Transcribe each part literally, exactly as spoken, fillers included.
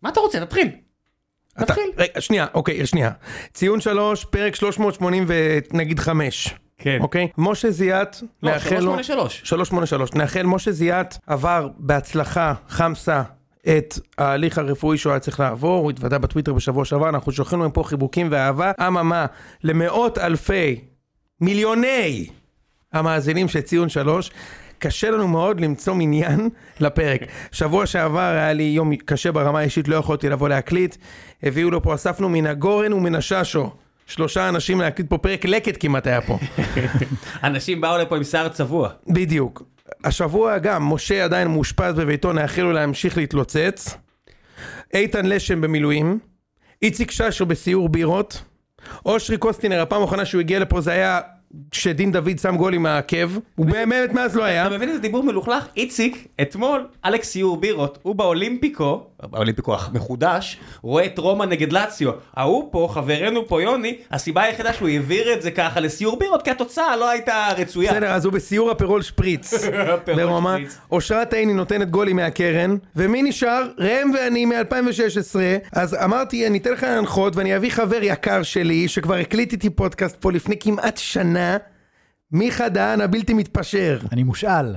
מה אתה רוצה? תתחיל. תתחיל. רגע, שנייה, אוקיי, שנייה. ציון שלוש, פרק שלוש מאות שמונים ונגיד חמש. כן. אוקיי? משה זיאת, לא, שלוש שמונה שלוש. שלוש שמונה שלוש. נאחל, משה זיאת עבר בהצלחה, חמסה, את ההליך הרפואי שהוא היה צריך לעבור, הוא התוודע בטוויטר בשבוע שעבר, אנחנו שולחים להם פה חיבוקים ואהבה, אממה, למאות אלפי, מיליוני המאזינים של ציון שלוש, קשה לנו מאוד למצוא מניין לפרק. שבוע שעבר היה לי יום קשה ברמה האישית, לא יכולתי לבוא להקליט, הביאו לו פה, אספנו מן הגורן ומן הששו, שלושה אנשים להקליט פה פרק לקט כמעט היה פה. אנשים באו לפה עם שיער צבוע. בדיוק. השבוע גם, משה עדיין מאושפז בביתו, נאחל לו להמשיך להתלוצץ. איתן לשם במילואים. איציק ששו בסיור בירות. אושרי קוסטינר, הפעם האחרונה שהוא הגיע לפה זה היה שדין דוד שם גול עם העקב. הוא באמת מאז לא היה. אתה מבין איזה דיבור מלוכלך? איציק, אתמול, אלכס סיור בירות, הוא באולימפיקו, באולימפיקו מחודש, רואה את רומא נגד לאציו. ההוא פה, חברנו פה יוני, הסיבה היחידה שהוא העביר את זה ככה לסיור בירות, כי התוצאה לא הייתה רצויה. בסדר, אז הוא בסיור הפרול שפריץ. ברומא. אושרת עיני נותנת גולים מהקרן, ומי נשאר? ראם ואני מ-אלפיים ושש עשרה, אז אמרתי, אני אתן לך להנחות, ואני אביא חבר יקר שלי, שכבר הקליט איתי פודקאסט פה לפני כמעט שנה, מיכה דהן הבלתי מתפשר. אני מושאל.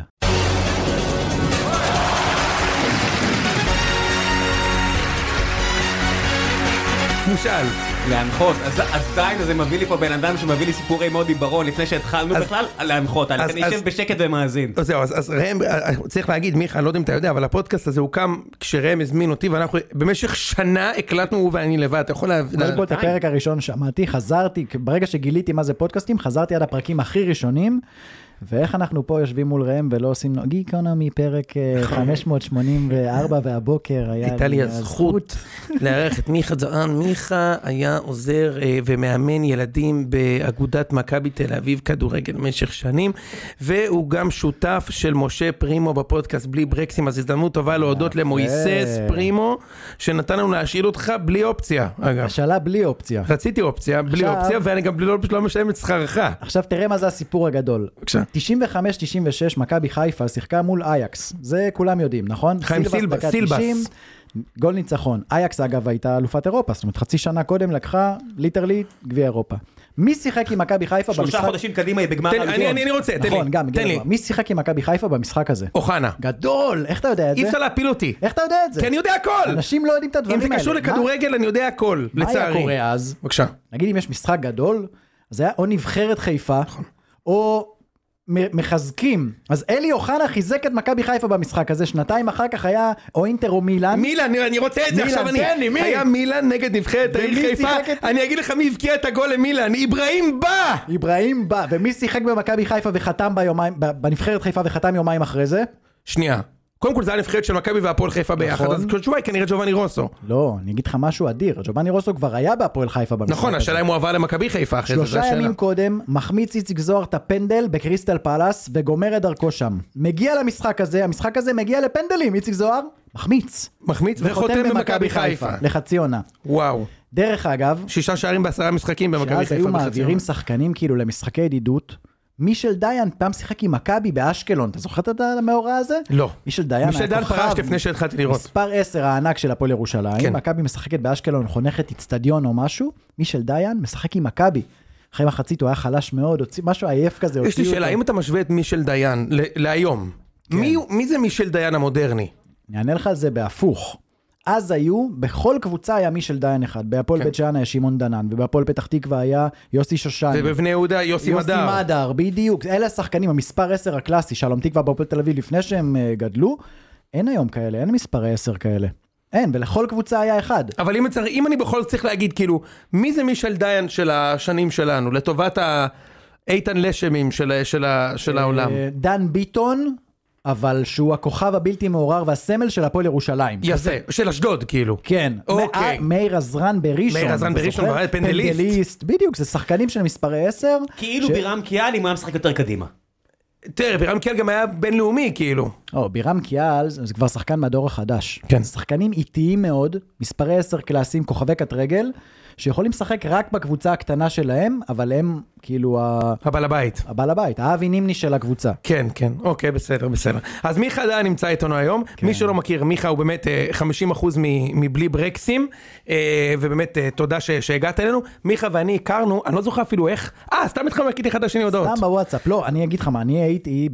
מושאל. להנחות, אז עדיין זה מביא לי פה בן אדם שמביא לי סיפורי מודי ברון לפני שהתחלנו בכלל, להנחות, אני אשב בשקט ומאזין. זהו, אז ראם, צריך להגיד, מיכה, אני לא יודע אם אתה יודע, אבל הפודקאסט הזה הוקם כשראם הזמין אותי, ואנחנו במשך שנה הקלטנו הוא ואני לבד, אתה יכול להבין. קודם כל את הפרק הראשון שמעתי, חזרתי, ברגע שגיליתי מה זה פודקאסטים, חזרתי עד הפרקים הכי ראשונים, ואיך אנחנו פה יושבים מול ראם ולא עושים גיקונומי פרק חמש מאות שמונים וארבע והבוקר היה הייתה לי הזכות לארח את מיכה דהן. מיכה היה עוזר ומאמן ילדים באגודת מכבי תל אביב כדורגל במשך שנים, והוא גם שותף של משה פרימו בפודקאסט בלי ברקסים, אז הזדמנות טובה להודות למויסס פרימו שנתן לנו להשאיל אותך בלי אופציה. השאלה בלי אופציה. רציתי אופציה, בלי אופציה, ואני גם לא משלם את שכרך. עכשיו תראה מה זה הסיפור הגדול. תשעים וחמש תשעים ושש מכבי חיפה שיחקה מול אייקס, זה כולם יודעים, נכון? חיים סילבס, סילבס. גול ניצחון. אייקס אגב הייתה אלופת אירופה, זאת אומרת חצי שנה קודם לקחה ליטרלי גביע אירופה. מי שיחק עם מכבי חיפה במשחק? שלושה חודשים קדימה היא בגמר הליגה. אני אני רוצה, תן לי. נכון, גם, תן לי. מי שיחק עם מכבי חיפה במשחק הזה? אוחנה. גדול, איך אתה יודע את זה? אי אפשר להפיל אותי. איך אתה יודע את זה? כי אני יודע הכל. אנשים לא יודעים את הדברים האלה. אם זה קשור לכדורגל, אני יודע הכל, לצערי. מה היה קורה אז? בבקשה. נגיד אם יש משחק גדול, אז היה או נבחרת חיפה, או מחזקים. אז אלי אוחנה חיזק את מכבי חיפה במשחק הזה, שנתיים אחר כך היה או אינטר או מילאן. מילאן, אני רוצה את זה עכשיו. אני היה מילאן נגד נבחרת העיר חיפה. אני אגיד לך מי הבקיע את הגול למילאן. איברהים בא! איברהים בא. ומי שיחק במכבי חיפה וחתם ביומיים, בנבחרת חיפה וחתם יומיים אחרי זה? שנייה. קודם כל זה היה נבחרת של מכבי והפועל חיפה ביחד, אז התשובה היא כנראה ג'ובאני רוסו. לא, אני אגיד לך משהו אדיר, ג'ובאני רוסו כבר היה בהפועל חיפה במשחק הזה. נכון, השאלה אם הוא עבר למכבי חיפה אחרי זה, שלושה ימים קודם, מחמיץ איציק זוהר את הפנדל בקריסטל פלאס, וגומר את דרכו שם. מגיע למשחק הזה, המשחק הזה מגיע לפנדלים, איציק זוהר, מחמיץ. מחמיץ וחותם במכבי חיפה. לחצי עונה. וואו. דרך אגב, שישה שערים בעשרה משחקים במכבי חיפה. שאז היו מעבירים שחקנים כאילו למשחקי ידידות. מישל דיין פעם שיחק עם מכבי באשקלון, אתה זוכר את המאורע הזה? לא. מישל דיין מישל דיין פרש לפני שהתחלתי לראות. מספר עשר הענק של הפועל ירושלים, כן. מכבי משחקת באשקלון, חונכת אצטדיון או משהו, מישל דיין משחק עם מכבי. אחרי מחצית הוא היה חלש מאוד, הוציא, משהו עייף כזה. יש לי שאלה, אם אתה משווה את מישל דיין להיום, כן. מי, מי זה מישל דיין המודרני? אני אענה לך על זה בהפוך. אז היו, בכל קבוצה היה מישל דיין אחד, בהפועל בית שאן היה שמעון דנן, ובהפועל פתח תקווה היה יוסי שושני. ובבני יהודה יוסי מדר. יוסי מדר, בדיוק. אלה השחקנים, המספר עשר הקלאסי, שלום תקווה בהפועל תל אביב לפני שהם גדלו, אין היום כאלה, אין מספרי עשר כאלה. אין, ולכל קבוצה היה אחד. אבל אם, צריך, אם אני בכל זאת צריך להגיד, כאילו, מי זה מישל דיין של השנים שלנו, לטובת האיתן לשמים של, של, של העולם? דן ביטון, אבל שהוא הכוכב הבלתי מעורר והסמל של הפועל ירושלים. יפה, של אשדוד כאילו. כן. אוקיי. מאיר עזרן בראשון. מאיר עזרן בראשון, פנדליסט. פנדליסט, בדיוק, זה שחקנים של מספרי עשר. כאילו בירם קיאל אם הוא היה משחק יותר קדימה. תראה, בירם קיאל גם היה בינלאומי, כאילו. או, בירם קיאל זה כבר שחקן מהדור החדש. כן. שחקנים איטיים מאוד, מספרי עשר קלאסים, כוכבי כדורגל, שיכולים לשחק רק בקבוצה הקטנה שלהם, אבל הם כאילו הבעל הבית. הבעל הבית, האבי נימני של הקבוצה. כן, כן, אוקיי, בסדר, בסדר. אז מיכה דהן נמצא איתנו היום, מי שלא מכיר, מיכה הוא באמת חמישים אחוז מבלי ברקסים, ובאמת תודה שהגעת אלינו. מיכה ואני הכרנו, אני לא זוכר אפילו איך, אה, סתם התחמקתי אחד השני הודעות. סתם בוואטסאפ, לא, אני אגיד לך מה, אני הייתי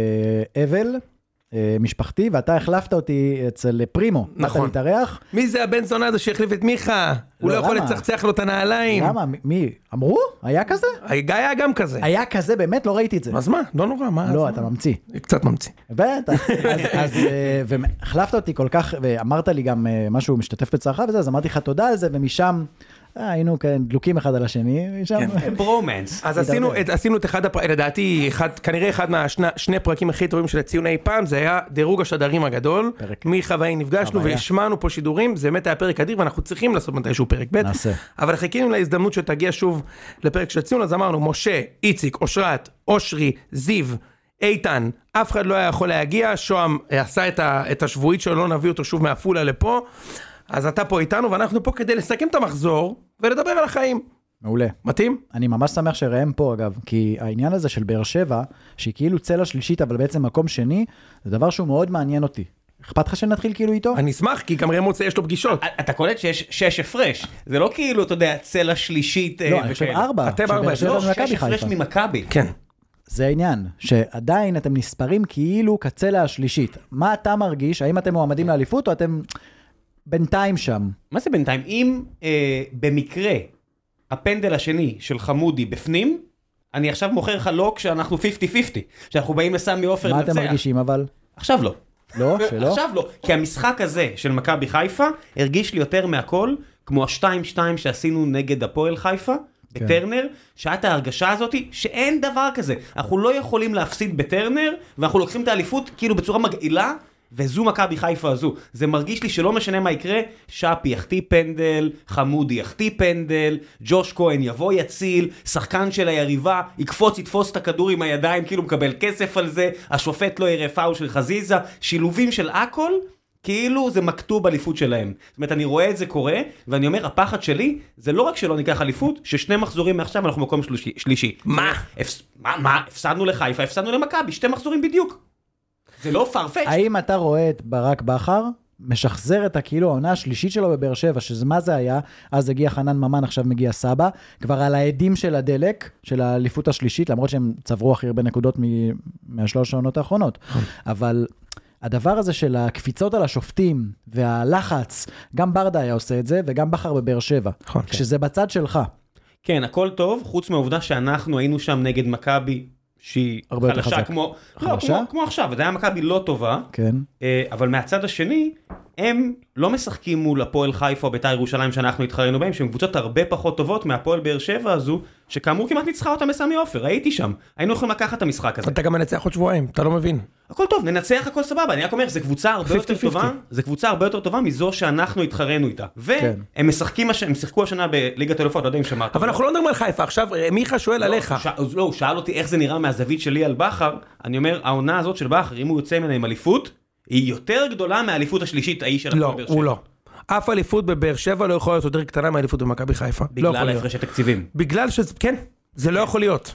באבל, משפחתי, ואתה החלפת אותי אצל פרימו. נכון. אתה להתארח. מי זה הבן זונה הזה שהחליף את מיכה? הוא לא יכול לצחצח לו את הנעליים. למה? מי? אמרו? היה כזה? גיא היה גם כזה. היה כזה, באמת לא ראיתי את זה. אז מה? לא נורא, מה? לא, אתה ממציא. קצת ממציא. בטח. אז, והחלפת אותי כל כך, ואמרת לי גם משהו משתתף בצערך וזה, אז אמרתי לך תודה על זה, ומשם היינו דלוקים אחד על השני, משם... ברומנס. אז עשינו את אחד הפרקים, לדעתי, כנראה אחד מהשני פרקים הכי טובים של הציון אי פעם, זה היה דירוג השדרים הגדול, מיכה ואני נפגשנו והשמענו פה שידורים, זה באמת היה פרק אדיר, ואנחנו צריכים לעשות מתישהו פרק ב', אבל חיכינו להזדמנות שתגיע שוב לפרק של הציון, אז אמרנו, משה, איציק, אושרת, אושרי, זיו, איתן, אף אחד לא היה יכול להגיע, שוהם עשה את השבועית שלו, לא נביא אותו שוב מאפולה לפה, אז אתה פה איתנו, ואנחנו פה כדי לסכם את המחזור, ולדבר על החיים. מעולה. מתאים? אני ממש שמח שראם פה, אגב, כי העניין הזה של באר שבע, שהיא כאילו צלע שלישית, אבל בעצם מקום שני, זה דבר שהוא מאוד מעניין אותי. אכפת לך שנתחיל כאילו איתו? אני אשמח, כי גם ראם מוצא יש לו פגישות. אתה קולט שיש שש הפרש. זה לא כאילו, אתה יודע, צלע שלישית. לא, אני חושב ארבע. אתם ארבע. לא, שש הפרש ממכבי. כן. זה העניין, שעדיין אתם נספרים כאילו כצלע השלישית. מה אתה מרגיש? האם אתם מועמדים לאליפות, או אתם בינתיים שם? מה זה בינתיים? אם אה, במקרה הפנדל השני של חמודי בפנים, אני עכשיו מוכר לך לא כשאנחנו חמישים חמישים, שאנחנו באים לסמי עופר לנצח. מה אתם מרגישים אבל? עכשיו לא. לא? שלא? עכשיו לא. כי המשחק הזה של מכבי חיפה הרגיש לי יותר מהכל, כמו ה-שתיים שתיים שעשינו נגד הפועל חיפה, בטרנר, שעת ההרגשה הזאת שאין דבר כזה. אנחנו לא יכולים להפסיד בטרנר, ואנחנו לוקחים את האליפות כאילו בצורה מגעילה, וזו מכבי חיפה הזו. זה מרגיש לי שלא משנה מה יקרה, שפי יחטיא פנדל, חמודי יחטיא פנדל, ג'וש כהן יבוא יציל, שחקן של היריבה, יקפוץ, יתפוס את הכדור עם הידיים, כאילו מקבל כסף על זה, השופט לא יראה פאול של חזיזה, שילובים של הכל, כאילו זה מכתוב אליפות שלהם. זאת אומרת, אני רואה את זה קורה, ואני אומר, הפחד שלי, זה לא רק שלא ניקח אליפות, ששני מחזורים מעכשיו אנחנו מקום שלישי. שלישי. מה? אפס, מה? מה? הפסדנו לחיפה, הפסדנו למכבי, שתי מחזורים בדיוק. זה לא פרפש. האם אתה רואה את ברק בכר, משחזר את הכאילו העונה השלישית שלו בבאר שבע, שזה מה זה היה, אז הגיע חנן ממן, עכשיו מגיע סבא, כבר על העדים של הדלק, של האליפות השלישית, למרות שהם צברו הכי הרבה נקודות מהשלוש העונות האחרונות. אבל הדבר הזה של הקפיצות על השופטים והלחץ, גם ברדה היה עושה את זה, וגם בכר בבאר שבע, כשזה בצד שלך. כן, הכל טוב, חוץ מהעובדה שאנחנו היינו שם נגד מכבי, שהיא חלשה כמו, לא, כמו, כמו עכשיו, זה היה מכבי לא טובה, כן. אבל מהצד השני, הם לא משחקים מול הפועל חיפה או בית"ר ירושלים שאנחנו התחרנו בהם, שהן קבוצות הרבה פחות טובות מהפועל באר שבע הזו, שכאמור כמעט ניצחה אותה מסמי עופר, הייתי שם, היינו יכולים לקחת את המשחק הזה. אתה גם מנצח עוד שבועיים, אתה לא מבין. הכל טוב, ננצח הכל סבבה, אני רק אומר, זו קבוצה הרבה יותר טובה, זו קבוצה הרבה יותר טובה מזו שאנחנו התחרנו איתה. והם משחקים, הם שיחקו השנה בליגת האלופות, לא יודע אם שמעת. אבל אנחנו לא מדברים על חיפה, עכשיו מיכה שואל עליך. לא, הוא שאל אותי איך זה נראה מהזווית שלי על בכר, אני אומר, העונה הזאת של בכר, אם הוא יוצא ממנה עם אליפות, היא יותר גדולה מהאליפות השלישית, האיש של הפועל באר שבע. לא, הוא לא. אף אליפות בבאר שבע לא יכולה להיות יותר קטנה מהאליפות במכבי חיפה. בגלל הפרשי תקציבים. בגלל שזה, כן, זה לא יכול להיות.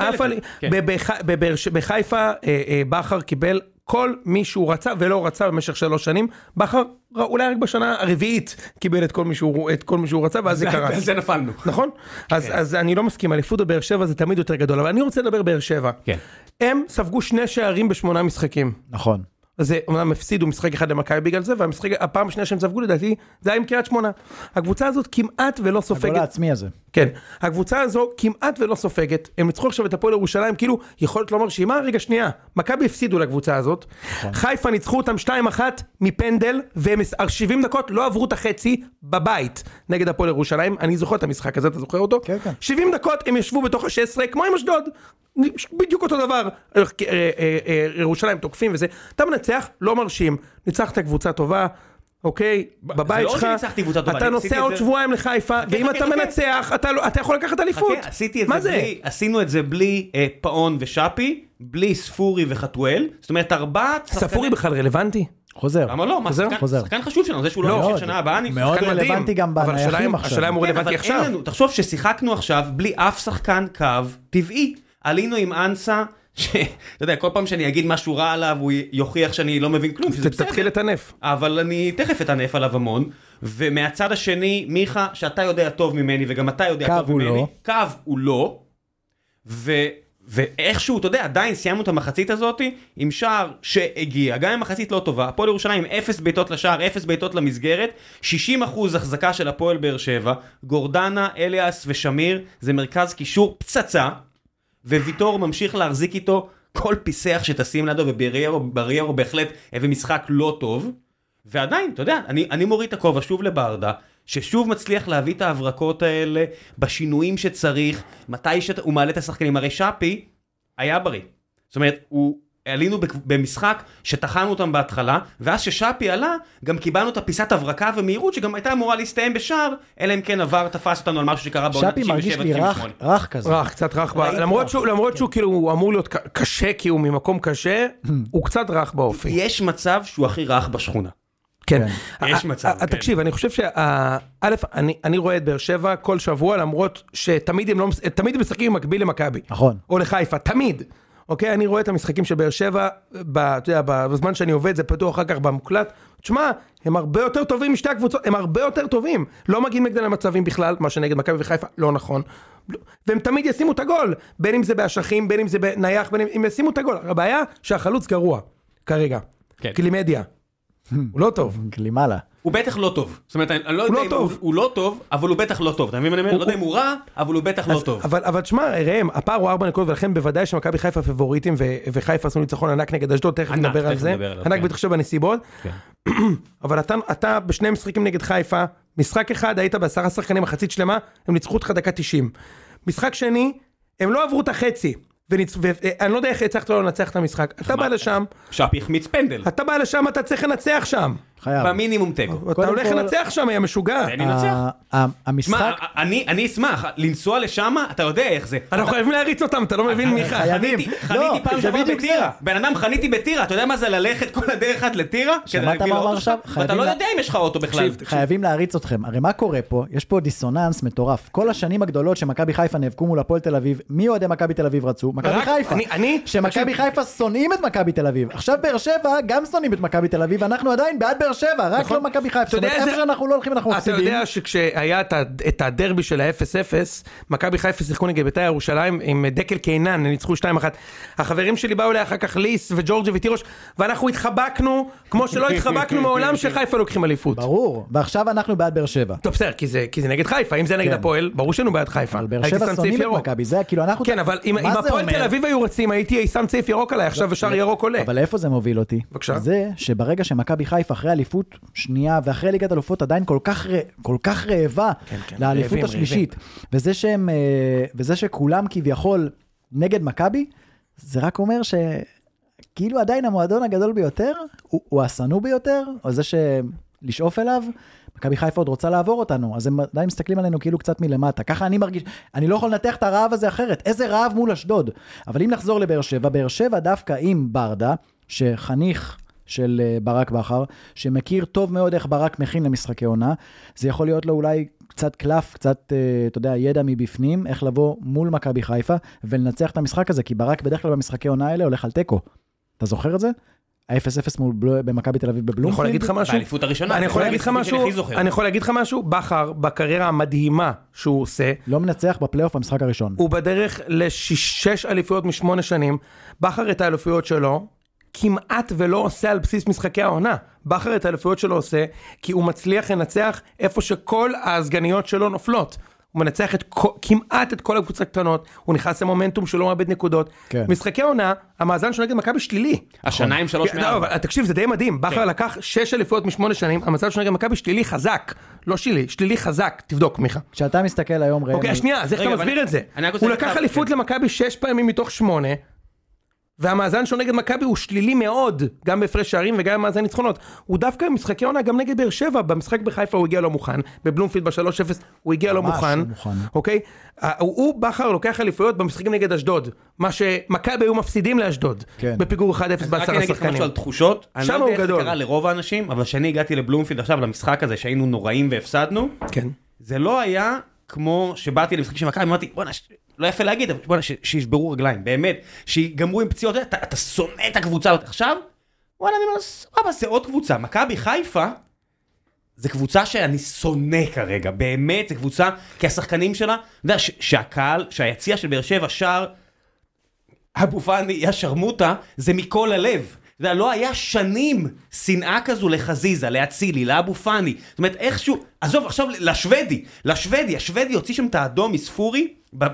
בחיפה בכר קיבל כל מי שהוא רצה ולא רצה במשך שלוש שנים, בכר אולי רק בשנה הרביעית קיבל את כל מי שהוא רצה, ואז זה קרס. ועל זה נפלנו. נכון? אז אני לא מסכים, אליפות בבאר שבע זה תמיד יותר גדול, אבל אני רוצה לדבר באר שבע. הם ספגו שני שערים בשמונה משחקים. נכון. אז אומנם הפסידו משחק אחד למכבי בגלל זה, והמשחק, הפעם השנייה שהם ספגו לדעתי, זה היה עם קריית שמונה. הקבוצה הזאת כמעט ולא סופגת. הגול העצמי הזה. כן. הקבוצה הזו כמעט ולא סופגת. הם ניצחו עכשיו את הפועל ירושלים, כאילו יכולת לומר שהיא מה רגע שנייה. מכבי הפסידו לקבוצה הזאת. חיפה ניצחו אותם שתיים אחת מפנדל, והם שבעים דקות לא עברו את החצי בבית נגד הפועל ירושלים. אני זוכר את המשחק הזה, אתה זוכר אותו? כן, כן. שבעים דקות הם ישבו בתוך ה-שש עשרה, כמו עם אשדוד. בדיוק אותו דבר. ירושלים תוקפים וזה. אתה מנצח, לא מרשים. ניצחת קבוצה טובה, אוקיי, בבית שלך, אתה נוסע עוד שבועיים לחיפה, ואם אתה מנצח, אתה יכול לקחת אליפות. מה זה? עשינו את זה בלי פאון ושאפי, בלי ספורי וחתואל, זאת אומרת, ארבעת... ספורי בכלל רלוונטי? חוזר. למה לא? שחקן חשוב שלנו, זה שהוא לא יושב שנה הבאה, מאוד רלוונטי גם בנייחים עכשיו. השאלה הוא רלוונטי עכשיו. תחשוב ששיחקנו עכשיו בלי אף שחקן קו טבעי. עלינו עם אנסה, שאתה יודע, כל פעם שאני אגיד משהו רע עליו, הוא יוכיח שאני לא מבין כלום, שזה בסדר. תתחיל לטנף. אבל אני תכף אטנף עליו המון, ומהצד השני, מיכה, שאתה יודע טוב ממני, וגם אתה יודע טוב ממני, קו הוא לא, ו... ואיכשהו, אתה יודע, עדיין סיימנו את המחצית הזאת עם שער שהגיע, גם עם מחצית לא טובה, הפועל ירושלים עם אפס ביתות לשער, אפס ביתות למסגרת, שישים אחוז החזקה של הפועל באר שבע, גורדנה, אליאס ושמיר, זה מרכז קישור פצצה, וויטור ממשיך להחזיק איתו כל פיסח שתשים לידו, ובריירו בהחלט הביא משחק לא טוב, ועדיין, אתה יודע, אני, אני מוריד את הכובע שוב לברדה, ששוב מצליח להביא את ההברקות האלה, בשינויים שצריך, מתי שהוא מעלה את השחקנים, הרי שפי היה בריא. זאת אומרת, הוא, עלינו במשחק שתחנו אותם בהתחלה, ואז ששפי עלה, גם קיבלנו את הפיסת הברקה ומהירות, שגם הייתה אמורה להסתיים בשער, אלא אם כן עבר, תפס אותנו על משהו שקרה בעונה תשעים ושבע תשעים ושמונה. שפי מרגיש לי רך, רך כזה. רך, קצת רך, למרות שהוא, למרות שהוא כאילו, הוא אמור להיות קשה, כי הוא ממקום קשה, הוא קצת רך באופי. יש מצב שהוא הכי רך בשכונה. כן. יש מצב. תקשיב, אני חושב שא', אני רואה את באר שבע כל שבוע, למרות שתמיד הם לא, תמיד הם משחקים במקביל למכבי. נכון. או לחיפה, תמיד. אוקיי, אני רואה את המשחקים של באר שבע, אתה יודע, בזמן שאני עובד, זה פתוח אחר כך במוקלט. תשמע, הם הרבה יותר טובים משתי הקבוצות, הם הרבה יותר טובים. לא מגיעים נגד למצבים בכלל, מה שנגד מכבי וחיפה, לא נכון. והם תמיד ישימו את הגול, בין אם זה באשכים, בין אם זה בנייח, בין אם הם ישימו את הגול. הבעיה שהחלוץ גרוע, כרגע. קלימדיה. הוא לא טוב. קלימלה. הוא בטח לא טוב. זאת אומרת, אני לא יודע אם הוא לא טוב, אבל הוא בטח לא טוב. אתה מבין מה אני אומר? לא יודע אם הוא רע, אבל הוא בטח לא טוב. אבל תשמע, ראם, הפער הוא ארבע נקודות, ולכן בוודאי שמכבי חיפה פבוריטים, וחיפה עשו ניצחון ענק נגד אשדוד, תכף נדבר על זה. ענק בתחשב בנסיבות. אבל אתה בשני משחקים נגד חיפה, משחק אחד, היית בעשרה שחקנים מחצית שלמה, הם ניצחו אותך דקה תשעים. משחק שני, הם לא עברו את החצי. ואני לא יודע איך הצלחת לא לנצח את המשחק. אתה בא לשם. שפי החמיץ פנדל. אתה בא לשם, אתה צריך לנצח שם. חייב. במינימום טקו. אתה הולך לנצח שם, היה משוגע. אני נצח. המשחק... אני אשמח, לנסוע לשם, אתה יודע איך זה. אנחנו חייבים להריץ אותם, אתה לא מבין מיכה. חייבים. חניתי פעם שעברה בטירה. בן אדם חניתי בטירה, אתה יודע מה זה ללכת כל הדרך עד לטירה? שמעת מה אמר עכשיו? ואתה לא יודע אם יש לך אוטו בכלל. חייבים להריץ אתכם. הרי מה קורה פה? יש פה דיסוננס מטורף. כל השנים הגדולות שמכבי חיפה נאבקו מול הפועל תל אביב, מי אוהדי מכבי תל אביב רצו? מכבי חיפה. שמכבי חיפה שונאים את מכבי תל אביב. עכשיו באר שבע גם שונאים את מכבי תל אביב, אנחנו עדיין בעד באר שבע, רק לא מכבי חיפה. זאת אומרת, איפה שאנחנו לא הולכים, אנחנו מפסידים. אתה יודע שכשהיה את הדרבי של ה-אפס אפס, מכבי חיפה שיחקו נגד בית"ר ירושלים עם דקל קיינן, הם ניצחו שתיים אחת. החברים שלי באו אליי אחר כך ליס וג'ורג'ה וטירוש, ואנחנו התחבקנו, כמו שלא התחבקנו מעולם שחיפה לוקחים אליפות. ברור, ועכשיו אנחנו בעד באר שבע. טוב, בסדר, כי זה כי זה נגד חיפה, אם זה נגד הפועל, ברור שאנו בעד חיפה. אבל באר שבע שונאים את מכבי, זה כאילו אנחנו... כן, אבל אם הפועל תל אביב היו רוצים, הייתי שם צעיף ירוק עליי, עכשיו ושאר ירוק עולה. אבל איפה זה מוביל אותי? בבקשה. זה שברגע שמכבי חיפה אחרי אליפות שנייה ואחרי ליגת אלופות עדיין כל כך כל כך רעבה לאליפות השלישית, וזה שהם וזה שכולם כביכול נגד מכבי, זה רק אומר ש כאילו עדיין המועדון הגדול ביותר הוא, הוא השנוא ביותר, או זה שלשאוף אליו, מכבי חיפה עוד רוצה לעבור אותנו, אז הם עדיין מסתכלים עלינו כאילו קצת מלמטה. ככה אני מרגיש, אני לא יכול לנתח את הרעב הזה אחרת. איזה רעב מול אשדוד. אבל אם נחזור לבאר שבע, באר שבע דווקא עם ברדה, שחניך של ברק בכר, שמכיר טוב מאוד איך ברק מכין למשחקי עונה, זה יכול להיות לו אולי קצת קלף, קצת, אתה יודע, ידע מבפנים, איך לבוא מול מכבי חיפה, ולנצח את המשחק הזה, כי ברק בדרך כלל במשחקי עונה האלה הולך על טקו. אתה זוכר את זה? ה-אפס אפס מול במכבי תל אביב בבלומפילד. אני יכול להגיד לך משהו? באליפות הראשונה. אני יכול להגיד לך משהו? אני יכול להגיד לך משהו? בכר, בקריירה המדהימה שהוא עושה, לא מנצח בפלייאוף במשחק הראשון. הוא בדרך לשש אליפויות משמונה שנים. בכר את האליפויות שלו, כמעט ולא עושה על בסיס משחקי העונה. בכר את האליפויות שלו עושה, כי הוא מצליח לנצח איפה שכל הסגניות שלו נופלות. הוא מנצח את, כמעט את כל הקבוצות הקטנות, הוא נכנס למומנטום שלא מאבד נקודות. כן. משחקי עונה, המאזן שלו נגד מכבי שלילי. השנה עם שלוש מארבע. תקשיב, זה די מדהים. בכר כן. לקח שש אליפויות משמונה שנים, המאזן שלו נגד מכבי שלילי חזק. לא שלילי, שלילי חזק. תבדוק, מיכה. כשאתה מסתכל היום, ראם... אוקיי, שנייה, אז איך אתה מסביר את זה? הוא לקח אליפות למכבי שש פעמים מתוך שמונה, והמאזן שלו נגד מכבי הוא שלילי מאוד, גם בהפרש שערים וגם במאזן ניצחונות. הוא דווקא במשחקי עונה גם נגד באר שבע, במשחק בחיפה הוא הגיע לא מוכן, בבלומפילד ב-שלוש אפס הוא הגיע לא מוכן, אוקיי? הוא בכר לוקח אליפויות במשחקים נגד אשדוד, מה שמכבי היו מפסידים לאשדוד, בפיגור אחד אפס בעשרה שחקנים. רק אני אגיד משהו על תחושות, אני לא יודע איך זה קרה לרוב האנשים, אבל כשאני הגעתי לבלומפילד עכשיו למשחק הזה שהיינו נוראים והפסדנו, זה לא היה כמו שבאתי למשחק של מכבי, אמרתי, בוא'נה, לא יפה להגיד, אבל בוא'נה, שישברו רגליים, באמת, שיגמרו עם פציעות, אתה, אתה שונא את הקבוצה הזאת עכשיו, וואלה, אני אומר, סבבה, זה עוד קבוצה, מכבי חיפה, זה קבוצה שאני שונא כרגע, באמת, זה קבוצה, כי השחקנים שלה, אתה יודע, שהקהל, שהיציע של באר שבע שר, אבו פאני, יא שרמוטה, זה מכל הלב. אתה יודע, לא היה שנים שנאה כזו לחזיזה, להצילי, לאבו פאני. זאת אומרת, איכשהו, עזוב, עכשיו לשוודי, לשוודי, השוודי הוציא שם את האדום מספורי,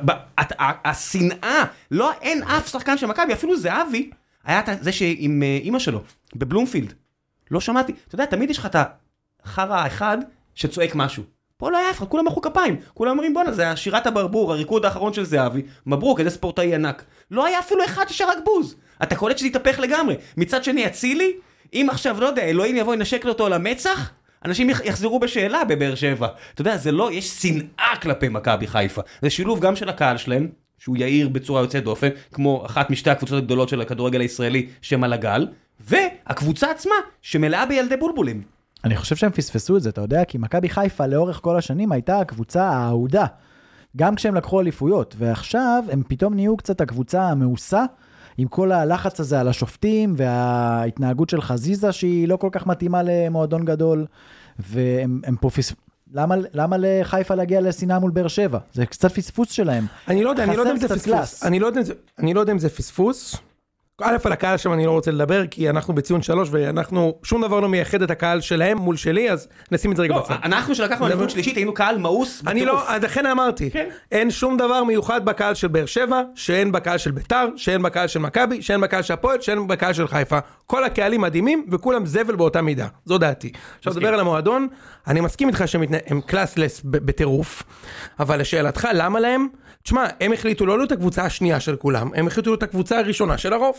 השנאה, לא, אין אף שחקן של מכבי, אפילו זהבי, היה זה שעם אמא שלו, בבלומפילד. לא שמעתי, אתה יודע, תמיד יש לך את החרא האחד שצועק משהו. פה לא היה אף אחד, כולם מחאו כפיים, כולם אומרים בונה, זה שירת הברבור, הריקוד האחרון של זהבי, מברוק, איזה ספורטאי ענק. לא היה אפילו אחד ששרק בוז. אתה קולט שזה יתהפך לגמרי. מצד שני, אצילי, אם עכשיו, לא יודע, אלוהים יבוא ינשק אותו על המצח, אנשים יחזרו בשאלה בבאר שבע. אתה יודע, זה לא, יש שנאה כלפי מכבי חיפה. זה שילוב גם של הקהל שלהם, שהוא יאיר בצורה יוצאת דופן, כמו אחת משתי הקבוצות הגדולות של הכדורגל הישראלי, שם על הגל, והקבוצה עצמה, שמלאה בילדי בולבולים. אני חושב שהם פספסו את זה, אתה יודע, כי מכבי חיפה לאורך כל השנים הייתה הקבוצה האהודה, גם כשהם לקחו אליפויות, ועכשיו הם פתאום נהיו קצת הקבוצה המאוסה, עם כל הלחץ הזה על השופטים, וההתנהגות של חזיזה שהיא לא כל כך מתאימה למועדון גדול, והם הם פה פספסו. למה, למה לחיפה להגיע לסינאה מול באר שבע? זה קצת פספוס שלהם. אני לא יודע, אני לא יודע אם זה פספוס. אני לא יודע, אני לא יודע אם זה פספוס. א' על הקהל שם אני לא רוצה לדבר, כי אנחנו בציון שלוש, ואנחנו, שום דבר לא מייחד את הקהל שלהם מול שלי, אז נשים את זה רגע בצד. אנחנו שלקחנו אליפות שלישית, היינו קהל מאוס בטירוף. אני לא, עד לכן אמרתי, אין שום דבר מיוחד בקהל של באר שבע, שאין בקהל של ביתר, שאין בקהל של מכבי, שאין בקהל של הפועל, שאין בקהל של חיפה. כל הקהלים מדהימים, וכולם זבל באותה מידה. זו דעתי. עכשיו דבר על המועדון, אני מסכים איתך שהם קלאסלס בטירוף, אבל לשאלתך, למה להם? תשמע, הם החליטו לא להיות הקבוצה השנייה של כולם, הם החליטו להיות הקבוצה הראשונה של הרוב.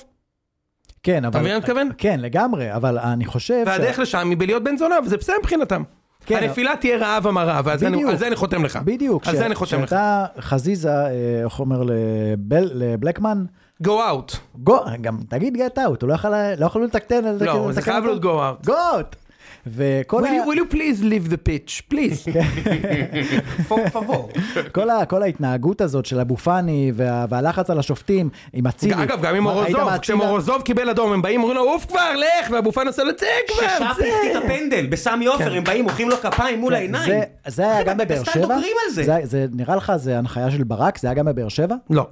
כן, אבל... אתה מבין מתכוון? כן, לגמרי, אבל אני חושב... והדרך לשם היא בלהיות בן זונה, וזה בסדר מבחינתם. הנפילה תהיה רעב המרה, ועל זה אני חותם לך. בדיוק. על זה אני חותם לך. שאתה חזיזה, איך אומר לבלקמן... Go out. גם תגיד get out, הוא לא יכול לתקתן על זה. לא, זה חייב להיות go out. Go out. וכל ה... will you please leave the pitch, please. פור פבור. כל ההתנהגות הזאת של אבו פאני והלחץ על השופטים עם הצילי. אגב, גם עם מורוזוב, כשמורוזוב קיבל אדום, הם באים, אומרים לו, אוף כבר, לך, ואבו פאני עושה לצא כבר. ששף הפתית הפנדל, בסמי עופר, הם באים, מוחאים לו כפיים מול העיניים. זה היה גם בבאר שבע? זה נראה לך, זה הנחיה של ברק? זה היה גם בבאר שבע? לא.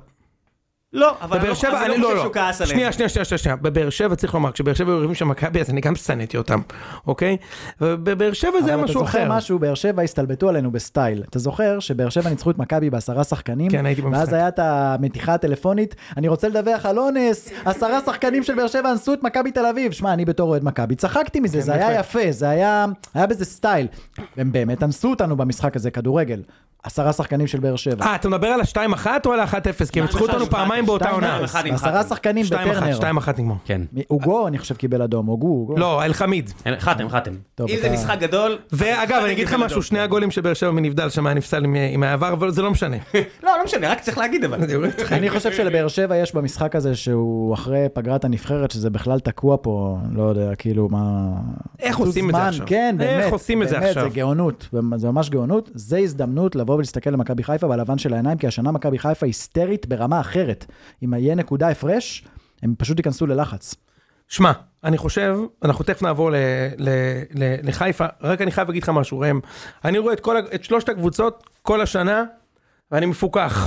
לא, אבל אני לא חושב שהוא כעס עליהם. שנייה, שנייה, שנייה, שנייה. בבאר שבע צריך לומר, כשבאר שבע יורבים שם מכבי, אז אני גם סנתי אותם, אוקיי? ובבאר שבע זה משהו אחר. אבל אתה זוכר משהו, באר שבע הסתלבטו עלינו בסטייל. אתה זוכר שבאר שבע ניצחו את מכבי בעשרה שחקנים? כן, הייתי במשחק. ואז היה את המתיחה הטלפונית, אני רוצה לדווח על אונס, עשרה שחקנים של באר שבע אנסו את מכבי תל אביב. שמע, אני בתור אוהד מכבי, צחקתי מזה, זה היה יפה, זה היה, היה בזה סטייל. הם באמת אנסו אותנו במשחק הזה, כדורגל. עשרה שחקנים של באר שבע. אה, אתה מדבר על ה-שתיים אחת או על ה-אחת אפס? כי הם ניצחו אותנו פעמיים באותה עונה. עשרה שחקנים בטרנר. שתיים אחת נגמר. כן. אוגו, אני חושב קיבל אדום, אוגו. לא, אל חמיד. חתם, חתם. אם זה משחק גדול... ואגב, אני אגיד לך משהו, שני הגולים של באר שבע מנבדל שם היה נפסל עם העבר, אבל זה לא משנה. לא, לא משנה, רק צריך להגיד אבל. אני חושב שלבאר שבע יש במשחק הזה שהוא אחרי פגרת הנבחרת, שזה בכלל תקוע פה, לא יודע, כאילו מה... איך עושים את זה עכשיו? כן, באמת. איך עושים את זה עכשיו? זה גאונות, זה ממש גאונות. זה הזדמנות לבוא ולהסתכל למכבי חיפה בלבן של העיניים, כי השנה מכבי חיפה היסטרית ברמה אחרת. אם יהיה נקודה הפרש, הם פשוט ייכנסו ללחץ. שמע, אני חושב, אנחנו תכף נעבור ל, ל, ל, לחיפה, רק אני חייב להגיד לך משהו, רם. אני רואה את, כל, את שלושת הקבוצות כל השנה, ואני מפוקח.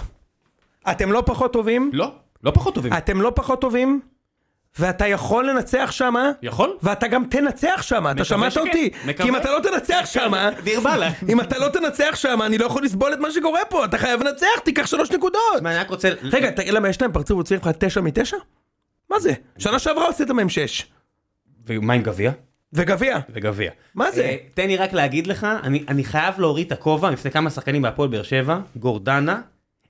אתם לא פחות טובים? לא, לא פחות טובים. אתם לא פחות טובים? ואתה יכול לנצח שמה, יכול? ואתה גם תנצח שמה, אתה שמעת אותי, כי אם אתה לא תנצח שמה, אם אתה לא תנצח שמה, אני לא יכול לסבול את מה שקורה פה, אתה חייב לנצח, תיקח שלוש נקודות. אני רק רוצה... רגע, למה יש להם פרצוף וצריך לך תשע מתשע? מה זה? שנה שעברה עשית מהם שש. ומה עם גביע? וגביע. וגביע. מה זה? תן לי רק להגיד לך, אני חייב להוריד את הכובע, לפני כמה שחקנים בהפועל באר שבע, גורדנה,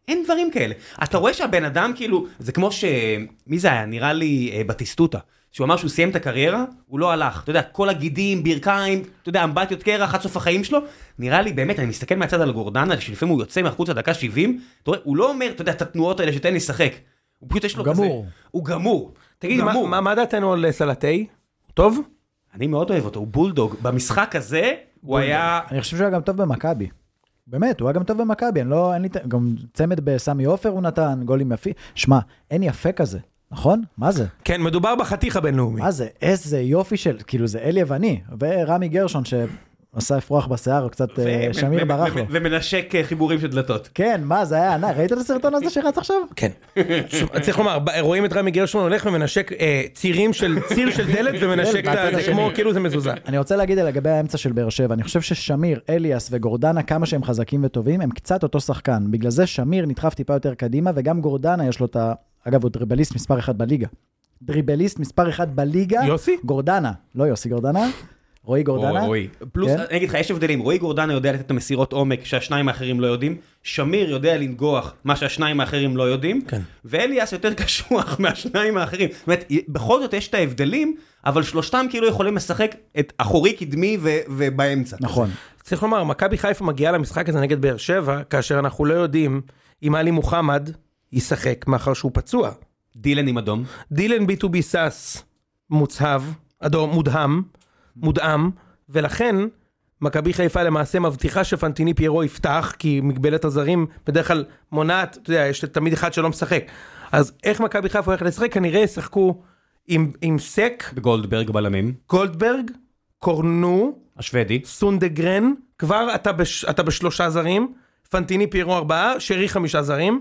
אין דברים כאלה. אתה רואה שהבן אדם כאילו, זה כמו ש... מי זה היה? נראה לי בטיסטוטה. שהוא אמר שהוא סיים את הקריירה, הוא לא הלך. אתה יודע, כל הגידים, ברכיים, אתה יודע, אמבטיות קרח, עד סוף החיים שלו. נראה לי באמת, אני מסתכל מהצד על גורדנה, שלפעמים הוא יוצא מחוץ לדקה שבעים, אתה רואה, הוא לא אומר, אתה יודע, את התנועות האלה שתן לי לשחק. הוא פשוט יש לו כזה. גמור. הוא גמור. תגיד, מה, מה דעתנו על סלטי? טוב? אני מאוד אוהב אותו, הוא בולדוג. במשחק הזה, הוא היה... אני חושב שהוא היה גם טוב במכבי. באמת, הוא היה גם טוב במכבי. אני לא, אין לי... גם צמד בסמי אופר הוא נתן, גולים יפי. שמע, אין יפה כזה. נכון? מה זה? כן, מדובר בחתיך הבינלאומי. מה זה? איזה יופי של, כאילו זה אלי יווני, ורמי גרשון שעשה אפרוח בשיער, קצת שמיר ברח לו. ומנשק חיבורים של דלתות. כן, מה זה היה? ראית את הסרטון הזה שרץ עכשיו? כן. צריך לומר, רואים את רמי גרשון הולך ומנשק צירים של, ציר של דלת ומנשק את זה כמו כאילו זה מזוזה. אני רוצה להגיד לגבי האמצע של באר שבע, אני חושב ששמיר, אליאס וגורדנה, כמה שהם חזקים וטובים, הם קצת אותו שחקן. בגלל זה שמיר נדחף טיפה יותר קדימה, וגם גורדנה יש לו את ה... אגב, הוא דריבליסט מספר אחד בליגה. דריבליסט מספר אחד בליגה. יוסי? גורדנה. לא יוסי גורדנה. רועי גורדנה. רועי. פלוס, אני אגיד לך, יש הבדלים. רועי גורדנה יודע לתת את המסירות עומק שהשניים האחרים לא יודעים. שמיר יודע לנגוח מה שהשניים האחרים לא יודעים. כן. ואליאס יותר קשוח מהשניים האחרים. זאת אומרת, בכל זאת יש את ההבדלים, אבל שלושתם כאילו יכולים לשחק את אחורי קדמי ו- ובאמצע. נכון. צריך לומר, מכבי חיפה מגיעה למשחק הזה נגד באר שבע, כאשר אנחנו לא יודעים אם עלי מוחמד ישחק מאחר שהוא פצוע. דילן עם אדום. דילן בי טו בי סאס מוצהב, אדום, מודהם, מודעם, ולכן מכבי חיפה למעשה מבטיחה שפנטיני פיירו יפתח, כי מגבלת הזרים בדרך כלל מונעת, אתה יודע, יש תמיד אחד שלא משחק. אז איך מכבי חיפה הולכת לשחק? כנראה ישחקו עם, עם סק. בגולדברג בלמים. גולדברג, קורנו. השוודי. סונדגרן, כבר אתה, בש, אתה בשלושה זרים, פנטיני פיירו ארבעה, שרי חמישה זרים,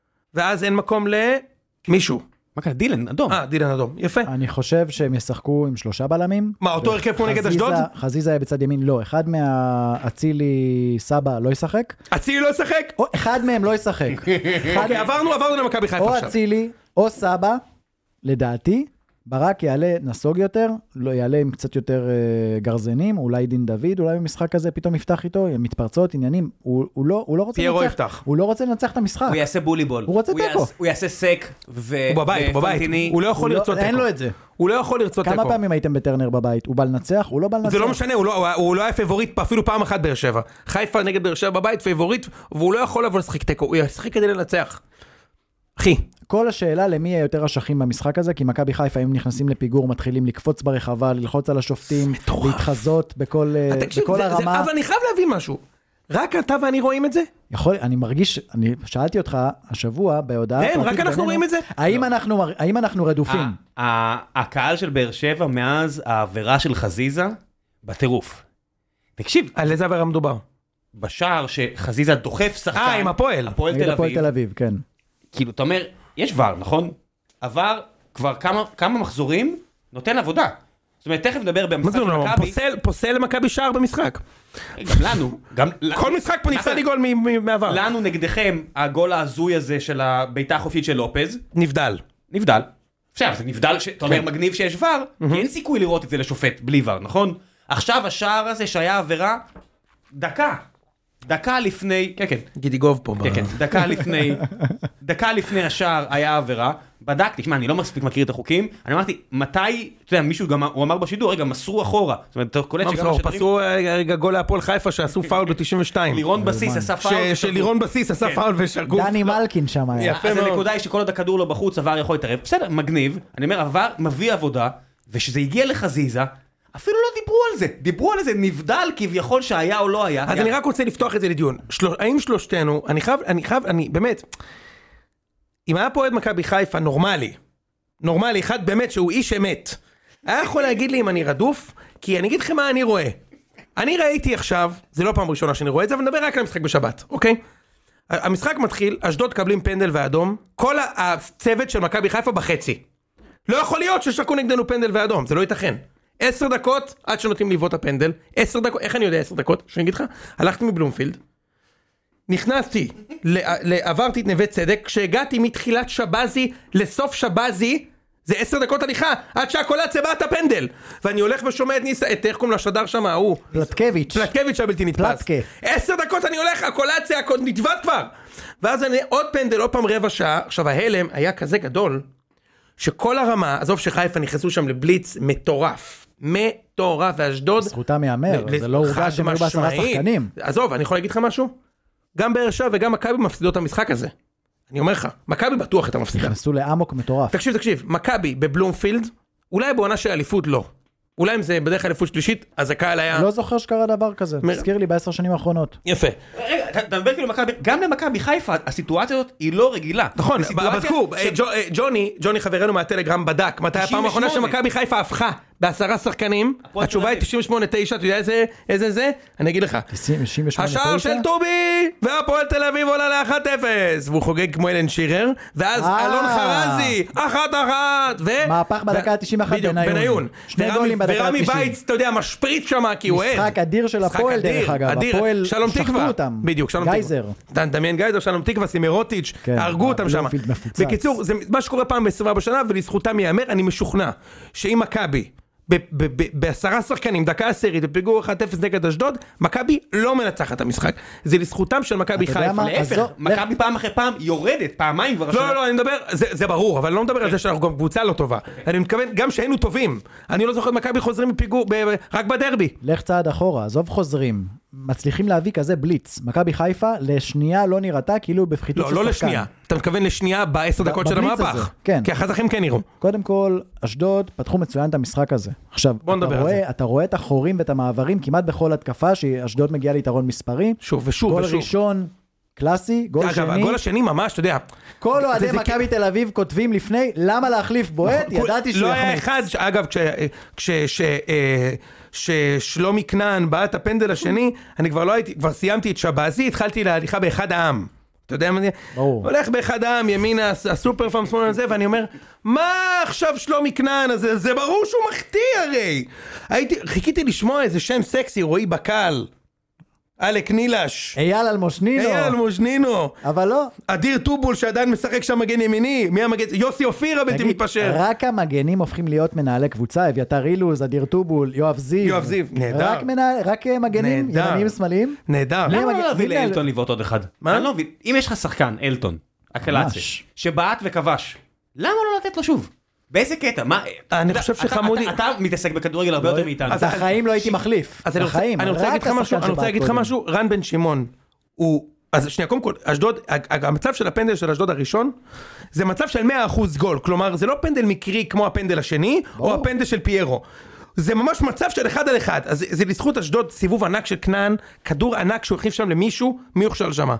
ואז אין מקום למישהו. מה כאן? דילן, אדום. אה, דילן אדום, יפה. אני חושב שהם ישחקו עם שלושה בלמים. מה, אותו הרכב כמו נגד אשדוד? חזיזה היה בצד ימין, לא. אחד מהאצילי סבא לא ישחק. אצילי לא ישחק? אחד מהם לא ישחק. אוקיי, עברנו, עברנו למכבי חיפה עכשיו. או אצילי, או סבא, לדעתי, ברק יעלה נסוג יותר, לא יעלה עם קצת יותר uh, גרזנים, אולי דין דוד, אולי במשחק הזה פתאום יפתח איתו, מתפרצות, עניינים, הוא, הוא, לא, הוא לא רוצה פיירו לנצח, יפתח. הוא לא רוצה לנצח את המשחק. הוא יעשה בוליבול. הוא רוצה טקו. הוא יעשה סק ו... הוא בבית, הוא בבית. הוא לא יכול לרצות טקו. אין לו את זה. הוא לא יכול לרצות טקו. כמה פעמים הייתם בטרנר בבית? הוא בא לנצח? הוא לא בא לנצח. זה לא משנה, הוא לא, הוא לא היה פייבוריט אפילו פעם אחת באר שבע. חיפה נגד באר שבע בבית, פייבוריט, והוא לא יכול לבוא לשחק טקו. הוא ישחק כדי לנצח. אחי. כל השאלה למי יהיה יותר אשכים במשחק הזה, כי מכבי חיפה אם נכנסים לפיגור, מתחילים לקפוץ ברחבה, ללחוץ על השופטים, להתחזות בכל, תקשיב, בכל זה, הרמה. זה, אבל אני חייב להבין משהו. רק אתה ואני רואים את זה? יכול, אני מרגיש, אני שאלתי אותך השבוע בהודעה. כן, רק אנחנו רואים את זה? האם, לא. אנחנו, האם אנחנו רדופים? הקהל של באר שבע מאז העבירה של חזיזה, בטירוף. תקשיב. על איזה עבירה מדובר? בשער שחזיזה דוחף שחקן. אה, עם הפועל. הפועל תל אביב. הפועל תל אביב, כן. כאילו, אתה אומר, יש ור, נכון? עבר כבר כמה, כמה מחזורים, נותן עבודה. זאת אומרת, תכף נדבר במשחק של מכבי. פוסל, פוסל למכבי שער במשחק. גם לנו. גם, כל משחק פה נפסל לי גול מעבר. לנו נגדכם, הגול ההזוי הזה של הביתה החופשית של לופז. נבדל. נבדל. עכשיו, זה נבדל, אתה אומר, מגניב שיש ור, כי אין סיכוי לראות את זה לשופט בלי ור, נכון? עכשיו השער הזה שהיה עבירה, דקה. דקה לפני, כן, כן. גידיגוב פה. כן, כן, דקה לפני, דקה לפני השער היה עבירה, בדקתי, תשמע, אני לא מספיק מכיר את החוקים, אני אמרתי, מתי, אתה יודע, מישהו גם, הוא אמר בשידור, רגע, מסרו אחורה, זאת אומרת, אתה קולט שגם השדרים... פסרו רגע גול להפועל חיפה שעשו פאול ב-תשעים ושתיים. לירון בסיס עשה פאול. שלירון בסיס עשה פאול ושרגו. דני מלקין שם היה. אז הנקודה היא שכל עוד הכדור לא בחוץ, עבר יכול להתערב, בסדר, מגניב, אני אומר, עבר מביא עבודה, ושזה הגיע לחזיזה, אפילו לא דיברו על זה, דיברו על זה נבדל כביכול שהיה או לא היה. אז אני רק רוצה לפתוח את זה לדיון. האם שלושתנו, אני חייב, אני חייב, אני באמת, אם היה פה עד מכבי חיפה נורמלי, נורמלי, אחד באמת שהוא איש אמת, היה יכול להגיד לי אם אני רדוף, כי אני אגיד לכם מה אני רואה. אני ראיתי עכשיו, זה לא פעם ראשונה שאני רואה את זה, אבל נדבר רק על המשחק בשבת, אוקיי? המשחק מתחיל, אשדוד קבלים פנדל ואדום, כל הצוות של מכבי חיפה בחצי. לא יכול להיות ששקו נגדנו פנדל ואדום, זה לא ייתכן. עשר דקות עד שנותנים לבעוט הפנדל, עשר דקות, איך אני יודע עשר דקות? שאני אגיד לך, הלכתי מבלומפילד, נכנסתי, עברתי את נווה צדק, כשהגעתי מתחילת שבזי לסוף שבזי, זה עשר דקות הליכה, עד שהקולציה באת הפנדל. ואני הולך ושומע את ניסה, את איך קוראים לשדר שם, ההוא. פלטקביץ'. פלטקביץ' הבלתי נתפס. פלטקה. עשר דקות אני הולך, הקולציה נתבט כבר. ואז אני עוד פנדל, עוד פעם רבע שעה. עכשיו ההלם היה כזה גדול, שכל הרמה, עזוב שחיפה נכנסו שם לבליץ מטורף. מטורף, ואשדוד. זכותם יאמר, זה לא הורגש שהם היו בעשרה שחקנים. עזוב, אני יכול להגיד לך משהו? גם באר שבע וגם מכבי מפסידות את המשחק הזה. אני אומר לך, מכבי בטוח את המפסידה. נכנסו לאמוק מטורף. תקשיב, תקשיב, מכבי בבלומפילד, אולי בעונה של אליפות לא. אולי אם זה בדרך אליפות שלישית, אז הקהל היה... לא זוכר שקרה דבר כזה, תזכיר לי בעשר שנים האחרונות. יפה. רגע, אתה מדבר כאילו מכבי, גם למכבי חיפה, הסיטואציה הזאת היא לא רגילה. נכון, בדקו, ג'וני, ג'וני חברנו מהטלגרם בדק, מתי הפעם האחרונה שמכבי חיפה הפכה בעשרה שחקנים, התשובה היא תשעים ושמונה תשע, אתה יודע איזה זה? אני אגיד לך. השער של טובי, והפועל תל אביב עולה ל-אחת אפס, והוא חוגג כמו אלן שירר, ואז אלון חרזי, אחת אחת, ו... מהפך בדקה ה-תשעים ואחת בניון. שני גולים בדקה ה-תשעים. ורמי וייץ, אתה יודע, משפריץ שם, כי הוא עד. משחק אדיר של הפועל דרך אגב, הפועל שחטו אותם. בדיוק, שלום גייזר. תקווה. דמיין גייזר, שלום תקווה, סימרוטיץ', הרגו אותם שם. בקיצור, זה מה שקורה פעם ב-עשרים וארבע שנה, ולזכותם ייאמר, אני משוכנע שאם מכבי בעשרה שחקנים, דקה עשירית, בפיגור אחת אפס נגד אשדוד, מכבי לא מנצחת את המשחק. זה לזכותם של מכבי חיפה. להפך, מכבי פעם אחרי פעם יורדת, פעמיים כבר. לא, לא, אני מדבר, זה ברור, אבל לא מדבר על זה שאנחנו גם קבוצה לא טובה. אני מתכוון, גם שהיינו טובים. אני לא זוכר את מכבי חוזרים מפיגור, רק בדרבי. לך צעד אחורה, עזוב חוזרים. מצליחים להביא כזה בליץ. מכבי חיפה לשנייה לא נראתה כאילו בפחיתות של שחקן. לא, לא לשנייה. אתה מתכוון לשנייה בעשר דקות של המהפך. כן. כי אחת לכם כן נראו. קודם כל, אשדוד פתחו מצוין את המשחק הזה. עכשיו, אתה רואה, אתה רואה את החורים ואת המעברים כמעט בכל התקפה שאשדוד מגיעה ליתרון מספרי. שוב ושוב גול ושוב. ראשון, קלאסי, גול אגב, שני. הגול השני ממש, אתה יודע. כל אוהדי מכבי תל אביב כותבים לפני, למה להחליף בועט? ידעתי שהוא לא היה יחמץ. אחד, אגב, כששלומי כנען בא את הפנדל השני, אני כבר לא הייתי, כבר סיימתי את שבאזי, התחלתי להליכה באחד העם. אתה יודע מה זה? ברור. הולך באחד העם, ימינה, הסופר פארם שמאלה הזה, ואני אומר, מה עכשיו שלומי כנען הזה? זה ברור שהוא מחטיא הרי. הייתי, חיכיתי לשמוע איזה שם סקסי, רועי בקל. אלק נילש. אייל אלמושנינו. אייל אלמושנינו. אבל לא. אדיר טובול שעדיין משחק שם מגן ימיני. מי המגן? יוסי אופיר הבלתי מתפשר. רק המגנים הופכים להיות מנהלי קבוצה. אביתר אילוז, אדיר טובול, יואב זיו. יואב זיו, נהדר. רק מנהל, רק מגנים, ימניים ושמאליים. נהדר. למה לא להביא לאלטון לבעוט עוד אחד? מה? אני לא מבין. אם יש לך שחקן, אלטון, הקלאצה, שבעט וכבש, למה לא לתת לו שוב? באיזה קטע? מה? אני חושב שחמודי... אתה מתעסק בכדורגל הרבה יותר מאיתנו. אז החיים לא הייתי מחליף. בחיים. אני רוצה להגיד לך משהו, אני רוצה להגיד לך משהו, רן בן שמעון, הוא... אז שנייה, קודם כל, אשדוד, המצב של הפנדל של אשדוד הראשון, זה מצב של מאה אחוז גול, כלומר, זה לא פנדל מקרי כמו הפנדל השני, או הפנדל של פיירו. זה ממש מצב של אחד על אחד, אז זה לזכות אשדוד, סיבוב ענק של כנען, כדור ענק שהוא הכניס שם למישהו, מי יוחשל שמה?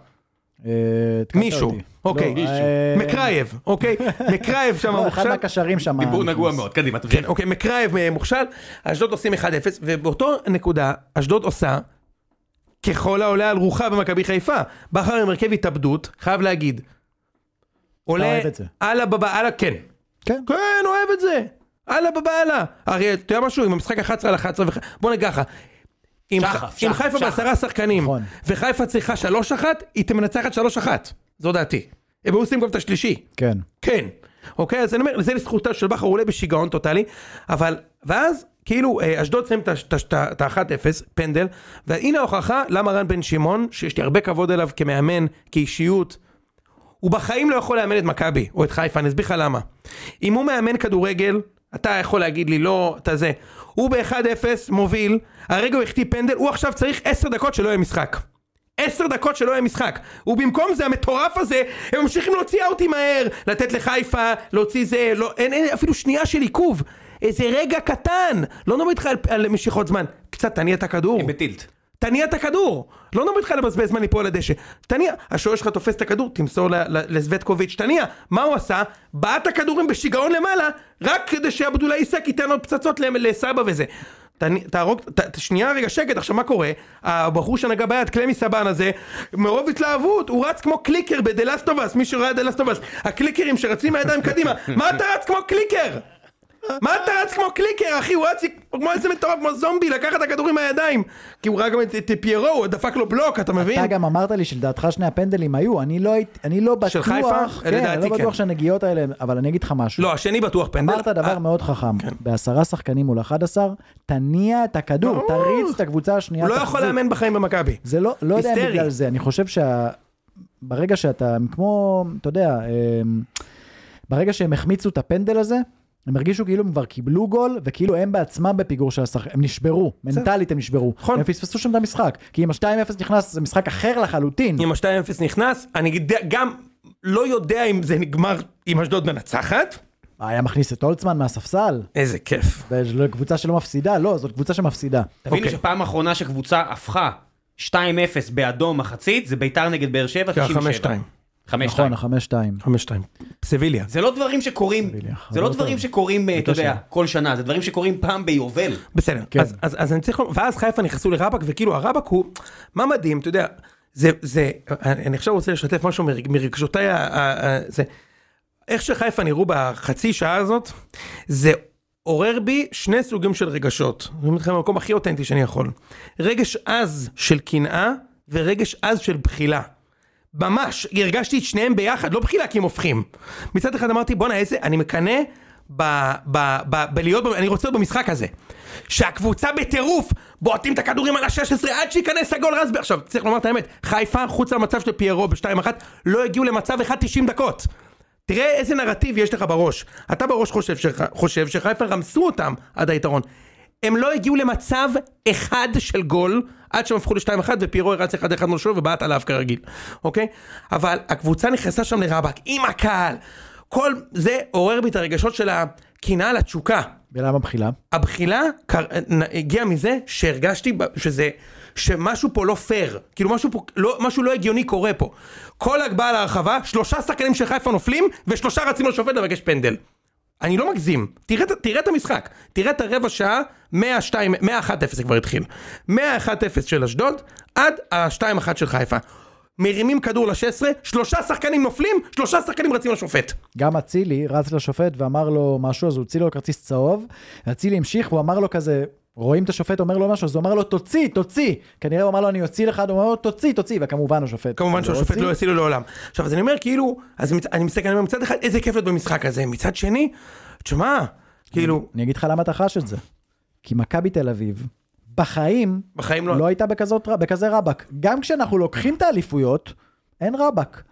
מישהו, אוקיי, מקרייב, אוקיי, מקרייב שם מוכשל. אחד מהקשרים שם. דיבור נגוע מאוד, קדימה. אוקיי, מקרייב מוכשל, אשדוד עושים אחד אפס, ובאותו נקודה, אשדוד עושה, ככל העולה על רוחה במכבי חיפה, בחר עם הרכב התאבדות, חייב להגיד, עולה, הלאה בבא, הלאה, כן, כן, כן, אוהב את זה, הלאה בבא, הלאה, הרי, אתה יודע משהו, עם המשחק אחת עשרה על אחת עשרה, בוא נגע לך, אם חיפה בעשרה שחקנים, וחיפה צריכה שלוש אחת, היא תמנצחת שלוש אחת, זו דעתי. הם עושים גם את השלישי. כן. כן. אוקיי, אז אני אומר, זה לזכותה של בכר, הוא עולה בשיגעון טוטלי, אבל, ואז, כאילו, אשדוד שמים את ה-אחת אפס, פנדל, והנה ההוכחה, למה רן בן שמעון, שיש לי הרבה כבוד אליו כמאמן, כאישיות, הוא בחיים לא יכול לאמן את מכבי, או את חיפה, אני אסביר לך למה. אם הוא מאמן כדורגל, אתה יכול להגיד לי, לא, אתה זה, הוא ב-אחד אפס מוביל, הרגע הוא החטיא פנדל, הוא עכשיו צריך עשר דקות שלא יהיה משחק. עשר דקות שלא יהיה משחק. ובמקום זה, המטורף הזה, הם ממשיכים להוציא אוטי מהר, לתת לחיפה, להוציא זה, לא, אין, אין אפילו שנייה של עיכוב. איזה רגע קטן. לא נאמר איתך על, על משיכות זמן. קצת תניע את הכדור. הם בטילט. תניע את הכדור. לא נאמר איתך לבזבז זמן ליפול לדשא. תניע. השוער שלך תופס את הכדור, תמסור לסווטקוביץ', תניע. מה הוא עשה? בעט הכדורים בשיגעון למעלה, רק כדי שעבדולאי עיסק ייתן עוד פצצות לסבא וזה. תהרוג, שנייה רגע שקט, עכשיו מה קורה? הבחור שנגע ביד, קלמי סבן הזה, מרוב התלהבות, הוא רץ כמו קליקר בדלסטובס, מי שראה דלסטובס, הקליקרים שרצים מהידיים קדימה, מה אתה רץ כמו קליקר? מה אתה רץ כמו קליקר, אחי? הוא רץ כמו איזה מטורף, כמו זומבי, לקח את הכדורים מהידיים. כי הוא ראה גם את פיירו, הוא דפק לו בלוק, אתה מבין? אתה גם אמרת לי שלדעתך שני הפנדלים היו, אני לא, אני לא בטוח, של חיפה? כן, אני לא בטוח שהנגיעות האלה, אבל אני אגיד לך משהו. לא, השני בטוח פנדל. אמרת דבר מאוד חכם, בעשרה שחקנים מול אחד עשר, תניע את הכדור, תריץ את הקבוצה השנייה. הוא לא יכול לאמן בחיים במכבי. זה לא, לא יודע בגלל זה, אני חושב שברגע שאתה, כמו, אתה יודע, ברגע שהם החמיצו את הפנדל הזה, הם הרגישו כאילו הם כבר קיבלו גול, וכאילו הם בעצמם בפיגור של השחק, הם נשברו, מנטלית הם נשברו, הם פספסו שם את המשחק, כי אם ה-שתיים אפס נכנס, זה משחק אחר לחלוטין. אם ה-שתיים אפס נכנס, אני גם לא יודע אם זה נגמר עם אשדוד מנצחת. היה מכניס את הולצמן מהספסל. איזה כיף. זו קבוצה שלא מפסידה, לא, זאת קבוצה שמפסידה. תבינו שפעם האחרונה שקבוצה הפכה שתיים אפס באדום מחצית, זה ביתר נגד באר שבע, תשעים ושבע. חמש שתיים. נכון, חמש שתיים. חמש שתיים. סביליה. זה לא דברים שקורים, זה לא דברים שקורים, אתה יודע, כל שנה, זה דברים שקורים פעם ביובל. בסדר, אז אני צריך, ואז חיפה נכנסו לרבק, וכאילו הרבק הוא, מה מדהים, אתה יודע, זה, אני עכשיו רוצה לשתף משהו מרגשותיי, זה, איך שחיפה נראו בחצי שעה הזאת, זה עורר בי שני סוגים של רגשות, אני אומר לכם, המקום הכי אותנטי שאני יכול, רגש אז של קנאה, ורגש אז של בחילה. ממש, הרגשתי את שניהם ביחד, לא בחילה כי הם הופכים. מצד אחד אמרתי, בוא נעשה, אני מקנה ב, ב, ב, בלהיות, אני רוצה להיות במשחק הזה. שהקבוצה בטירוף, בועטים את הכדורים על ה-שש עשרה, עד שיכנס הגול רזבי. עכשיו, צריך לומר את האמת, חיפה, חוץ למצב של פיירו ב-שתיים אחת, לא הגיעו למצב אחד תשעים דקות. תראה איזה נרטיב יש לך בראש. אתה בראש חושב, שח, חושב שחיפה רמסו אותם עד היתרון. הם לא הגיעו למצב אחד של גול, עד שהם הפכו ל-שתיים אחת, ופיירו הרץ אחד אחד מול ובאת עליו כרגיל, אוקיי? אבל הקבוצה נכנסה שם לרבק, עם הקהל, כל זה עורר בי את הרגשות של הקנאה לתשוקה. ולמה הבחילה? הבחילה הגיעה מזה שהרגשתי שזה, שמשהו פה לא פייר, כאילו משהו פה, לא, משהו לא הגיוני קורה פה. כל הגבעה להרחבה, שלושה שחקנים של חיפה נופלים, ושלושה רצים לשופט לבקש פנדל. אני לא מגזים, תראה, תראה את המשחק, תראה את הרבע שעה, מאה אחת אפס זה כבר התחיל, מאה אחת אפס של אשדוד, עד ה-שתיים אחת של חיפה, מרימים כדור ל-שש עשרה, שלושה שחקנים נופלים, שלושה שחקנים רצים לשופט. גם אצילי רץ לשופט ואמר לו משהו, אז הוא הוציא לו כרטיס צהוב, אצילי המשיך, הוא אמר לו כזה, רואים את השופט אומר לו משהו, אז הוא אמר לו תוציא, תוציא, כנראה הוא אמר לו אני אוציא לך, הוא אמר לו תוציא, תוציא, וכמובן השופט. כמובן שהשופט לא יוציא לו לעולם. עכשיו אז אני אומר כאילו, אז אני מסתכל, אני אומר מצד אחד, איזה כיף להיות במשחק הזה, מצד שני, תשמע, כאילו... אני אגיד לך למה אתה חש את זה. כי מכבי תל אביב, בחיים, בחיים לא... לא הייתה בכזאת, בכזה רבק. גם כשאנחנו לוקחים את האליפויות, אין רבק.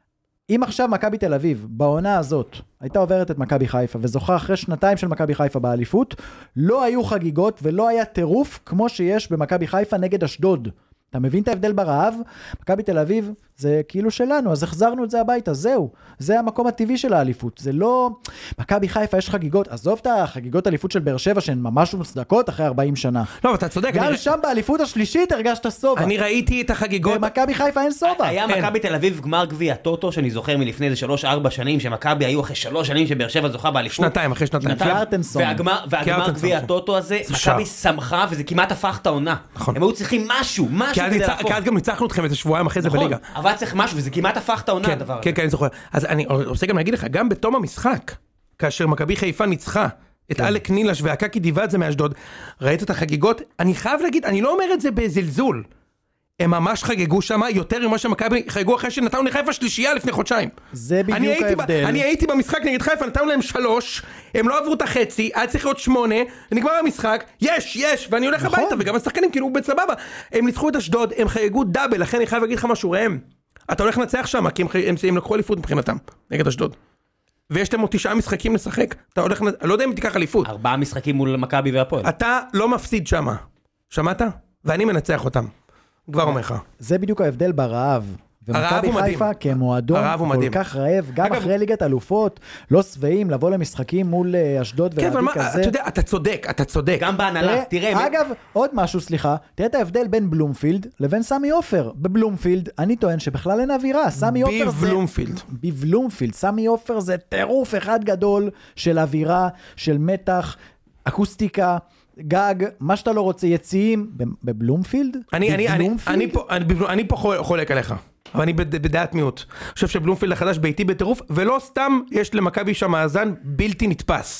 אם עכשיו מכבי תל אביב, בעונה הזאת, הייתה עוברת את מכבי חיפה, וזוכה אחרי שנתיים של מכבי חיפה באליפות, לא היו חגיגות ולא היה טירוף, כמו שיש במכבי חיפה נגד אשדוד. אתה מבין את ההבדל ברעב? מכבי תל אביב זה כאילו שלנו, אז החזרנו את זה הביתה, זהו. זה המקום הטבעי של האליפות. זה לא... מכבי חיפה יש חגיגות, עזוב את החגיגות האליפות של באר שבע, שהן ממש מוצדקות אחרי ארבעים שנה. לא, אתה צודק. גם אני... שם באליפות השלישית הרגשת סובה. אני ראיתי את החגיגות. במכבי חיפה אין סובה. היה מכבי תל אביב גמר גביע טוטו, שאני זוכר מלפני איזה שלוש ארבע שנים, שמכבי היו אחרי שלוש שנים שבאר שבע זוכה באליפות. שנתיים, אחרי שנתיים. והגמר, והגמר גביע הטוטו הזה, מכבי שמחה, וזה כמעט הפך את העונה. הם היו צריכים משהו, משהו כדי להפוך. כי אז גם ניצחנו אתכם איזה שבועיים אחרי זה בליגה. אבל צריך משהו, וזה כמעט הפך את העונה הדבר הזה. כן, כן, אני זוכר. אז אני רוצה גם להגיד לך, גם בתום המשחק, כאשר מכבי חיפה ניצחה את אלק נילש והקקי דיבד זה מאשדוד, ראית את החגיגות? אני חייב להגיד, אני לא אומר את זה בזלזול. הם ממש חגגו שם יותר ממה שמכבי חגגו אחרי שנתנו לחיפה שלישייה לפני חודשיים. זה בדיוק ההבדל. אני הייתי במשחק נגד חיפה, נתנו להם שלוש, הם לא עברו את החצי, היה צריך להיות שמונה, נגמר המשחק, יש, יש, ואני הולך הביתה, וגם השחקנים כאילו בצבבה. הם ניצחו את אשדוד, הם חגגו דאבל, לכן אני חייב להגיד לך משהו, ראם. אתה הולך לנצח שם, כי הם, הם, הם לקחו אליפות מבחינתם, נגד אשדוד. ויש להם עוד תשעה משחקים לשחק. אתה הולך, לא יודע אם תיקח אליפות. ארבעה משחקים מול מכבי והפועל. אתה לא מפסיד שם. שמעת? ואני מנצח אותם. כבר אומר לך. זה בדיוק ההבדל ברעב. ומכבי חיפה כמועדון כל כך רעב, גם אחרי ליגת אלופות, לא שבעים לבוא למשחקים מול אשדוד ולהביא כזה. אתה יודע, אתה צודק, אתה צודק. גם בהנהלה, תראה. אגב, עוד משהו, סליחה, תראה את ההבדל בין בלומפילד לבין סמי עופר. בבלומפילד, אני טוען שבכלל אין אווירה. סמי עופר זה... בבלומפילד. בבלומפילד. סמי עופר זה טירוף אחד גדול של אווירה, של מתח, אקוסטיקה, גג, מה שאתה לא רוצה, יציאים, בבלומפילד? אני, אני, אני, אני פה, אני, אני פה חולק עליך. אבל אני בדעת מיעוט. אני חושב שבלומפילד החדש ביתי בטירוף, ולא סתם יש למכבי שם מאזן בלתי נתפס.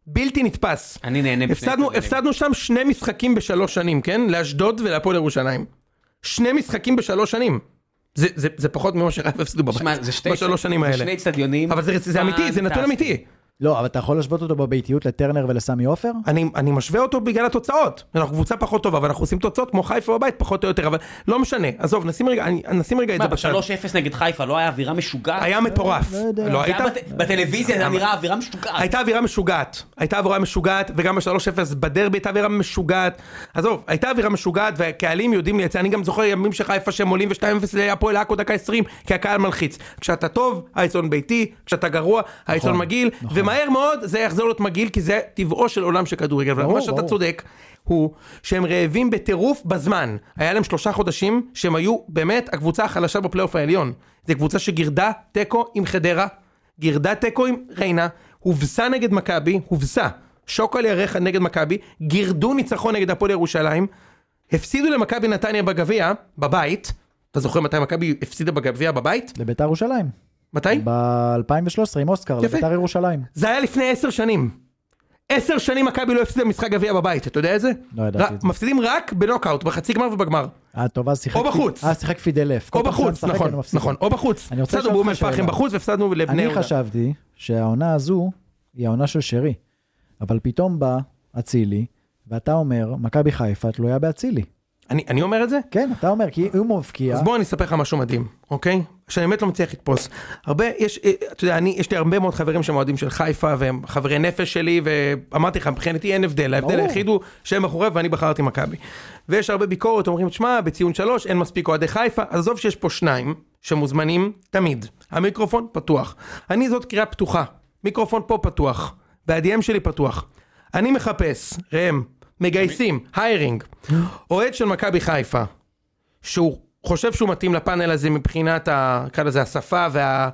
בלתי נתפס. אני נהנה בשני הפסדנו, הצדדים. הפסדנו שם שני משחקים בשלוש שנים, כן? לאשדוד ולהפועל ירושלים. שני משחקים בשלוש שנים. זה, זה, זה פחות ממה שחיפה הפסידו בבית. שמע, זה שתי בשלוש שנים האלה. זה שני צדיונים. אבל זה, זה אמיתי, זה נתון אמיתי. לא, אבל אתה יכול לשבות אותו בביתיות לטרנר ולסמי עופר? אני, אני משווה אותו בגלל התוצאות. אנחנו קבוצה פחות טובה, ואנחנו עושים תוצאות כמו חיפה בבית, פחות או יותר, אבל לא משנה. עזוב, נשים רגע, אני, נשים רגע את זה מה, ב-שלוש אפס נגד חיפה לא היה אווירה משוגעת? היה מטורף. לא יודע. לא, זה היה הייתה... בת- בטלוויזיה זה נראה אווירה משוגעת. הייתה אווירה משוגעת, הייתה אווירה משוגעת, וגם ב-שלוש אפס בדרבי הייתה אווירה משוגעת. עזוב, הייתה אווירה משוגעת, והקהלים יודעים לייצא, אני גם זוכר ימים שחיפה שהם עולים ו-שתיים אפס להפועל עכו דקה עשרים, כי הקהל מלחיץ. כשאתה טוב, האיצטדיון ביתי, כשאתה גרוע, האיצטדיון מגעיל, ומהר מאוד זה יחזור להיות מגעיל, כי זה טבעו של עולם של כדורגל. אבל מה שאתה צודק הוא שהם רעבים בטירוף בזמן. היה להם שלושה חודשים שהם היו באמת הקבוצה החלשה בפלייאוף העליון. זה קבוצה שגירדה טקו עם חדרה, גירדה טקו עם ריינה, הובסה נגד מכבי, הובסה, שוק על ירך נגד מכבי, גירדו ניצחון נגד הפועל ירושלים, הפסידו למכבי נתניה בגביע, בבית. אתה זוכר מתי מכבי הפסידה בגביע בבית? לביתר ירושלים. מתי? ב-אלפיים ושלוש עשרה עם אוסקר, יפה. לביתר ירושלים. זה היה לפני עשר שנים. עשר שנים מכבי לא הפסידה משחק גביע בבית, אתה יודע את זה? לא ידעתי את זה. מפסידים רק בנוקאוט, בחצי גמר ובגמר. אה, טוב, אז שיחק... או בחוץ. אה, שיחק פידלף. או בחוץ, נכון, נכון, או בחוץ. אני רוצה הפסדנו באום לשאול אותך אל-פחם שאלה. בחוץ והפסדנו לבני אני יהודה. חשבתי שהעונה הזו היא העונה של שרי, אבל פתאום בא אצילי, ואתה אומר, מכבי חיפה תלויה באצילי. אני, אני אומר את זה? כן, אתה אומר, כי הוא מבקיע. אז בוא אני אספר לך משהו מדהים, אוקיי? שאני באמת לא מצליח לתפוס. הרבה, יש, אתה יודע, אני, יש לי הרבה מאוד חברים שמועדים של חיפה, והם חברי נפש שלי, ואמרתי לך, מבחינתי אין הבדל, ההבדל היחיד הוא שהם אחורי, ואני בחרתי מכבי. ויש הרבה ביקורת, אומרים, תשמע, בציון שלוש, אין מספיק אוהדי חיפה, אז עזוב שיש פה שניים, שמוזמנים תמיד. המיקרופון פתוח. אני זאת קריאה פתוחה. מיקרופון פה פתוח. וה-די אם שלי פתוח. אני מחפש, ראם, מגייסים, היירינג, אוהד של מכבי חיפה, שהוא חושב שהוא מתאים לפאנל הזה מבחינת ה, כאן הזה, השפה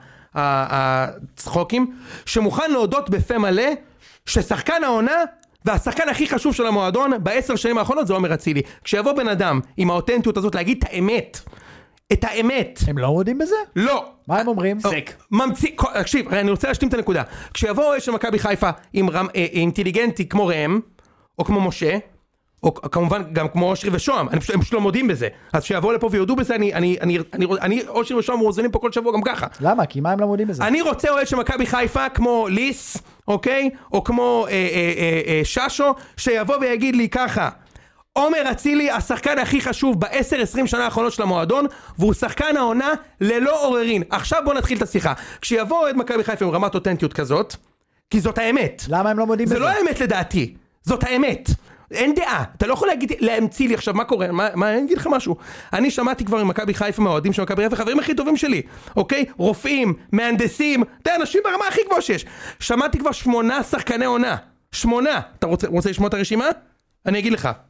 והצחוקים, שמוכן להודות בפה מלא, ששחקן העונה, והשחקן הכי חשוב של המועדון, בעשר שנים האחרונות זה עומר אצילי. כשיבוא בן אדם עם האותנטיות הזאת להגיד את האמת, את האמת. הם לא מודים בזה? לא. מה הם אומרים? סק. ממציא, תקשיב, אני רוצה להשלים את הנקודה. כשיבוא אוהד של מכבי חיפה עם רם, אה, אינטליגנטי כמו ראם, או כמו משה, או כמובן גם כמו אושרי ושוהם, אני פשוט, הם פשוט לא מודים בזה. אז שיבואו לפה ויודו בזה, אני, אני, אני, אני, אני, אושרי ושוהם מוזנים פה כל שבוע גם ככה. למה? כי מה הם לא מודים בזה? אני רוצה אוהד של מכבי חיפה כמו ליס, אוקיי? או כמו אה, אה, אה, אה, ששו, שיבוא ויגיד לי ככה, עומר אצילי, השחקן הכי חשוב ב-עשר עשרים שנה האחרונות של המועדון, והוא שחקן העונה ללא עוררין. עכשיו בוא נתחיל את השיחה. כשיבוא אוהד מכבי חיפה עם רמת אותנטיות כזאת, כי זאת האמת. למה הם לא מודים בזה? זה לא האמת לדעתי, זאת האמת. אין דעה, אתה לא יכול להגיד, להמציא לי עכשיו מה קורה, מה, מה, אני אגיד לך משהו. אני שמעתי כבר עם מכבי חיפה, מהאוהדים של מכבי חיפה, חברים הכי טובים שלי, אוקיי? רופאים, מהנדסים, אתה יודע, אנשים ברמה הכי גבוהה שיש. שמעתי כבר שמונה שחקני עונה, שמונה. אתה רוצה, רוצה לשמוע את הרשימה? אני אגיד לך.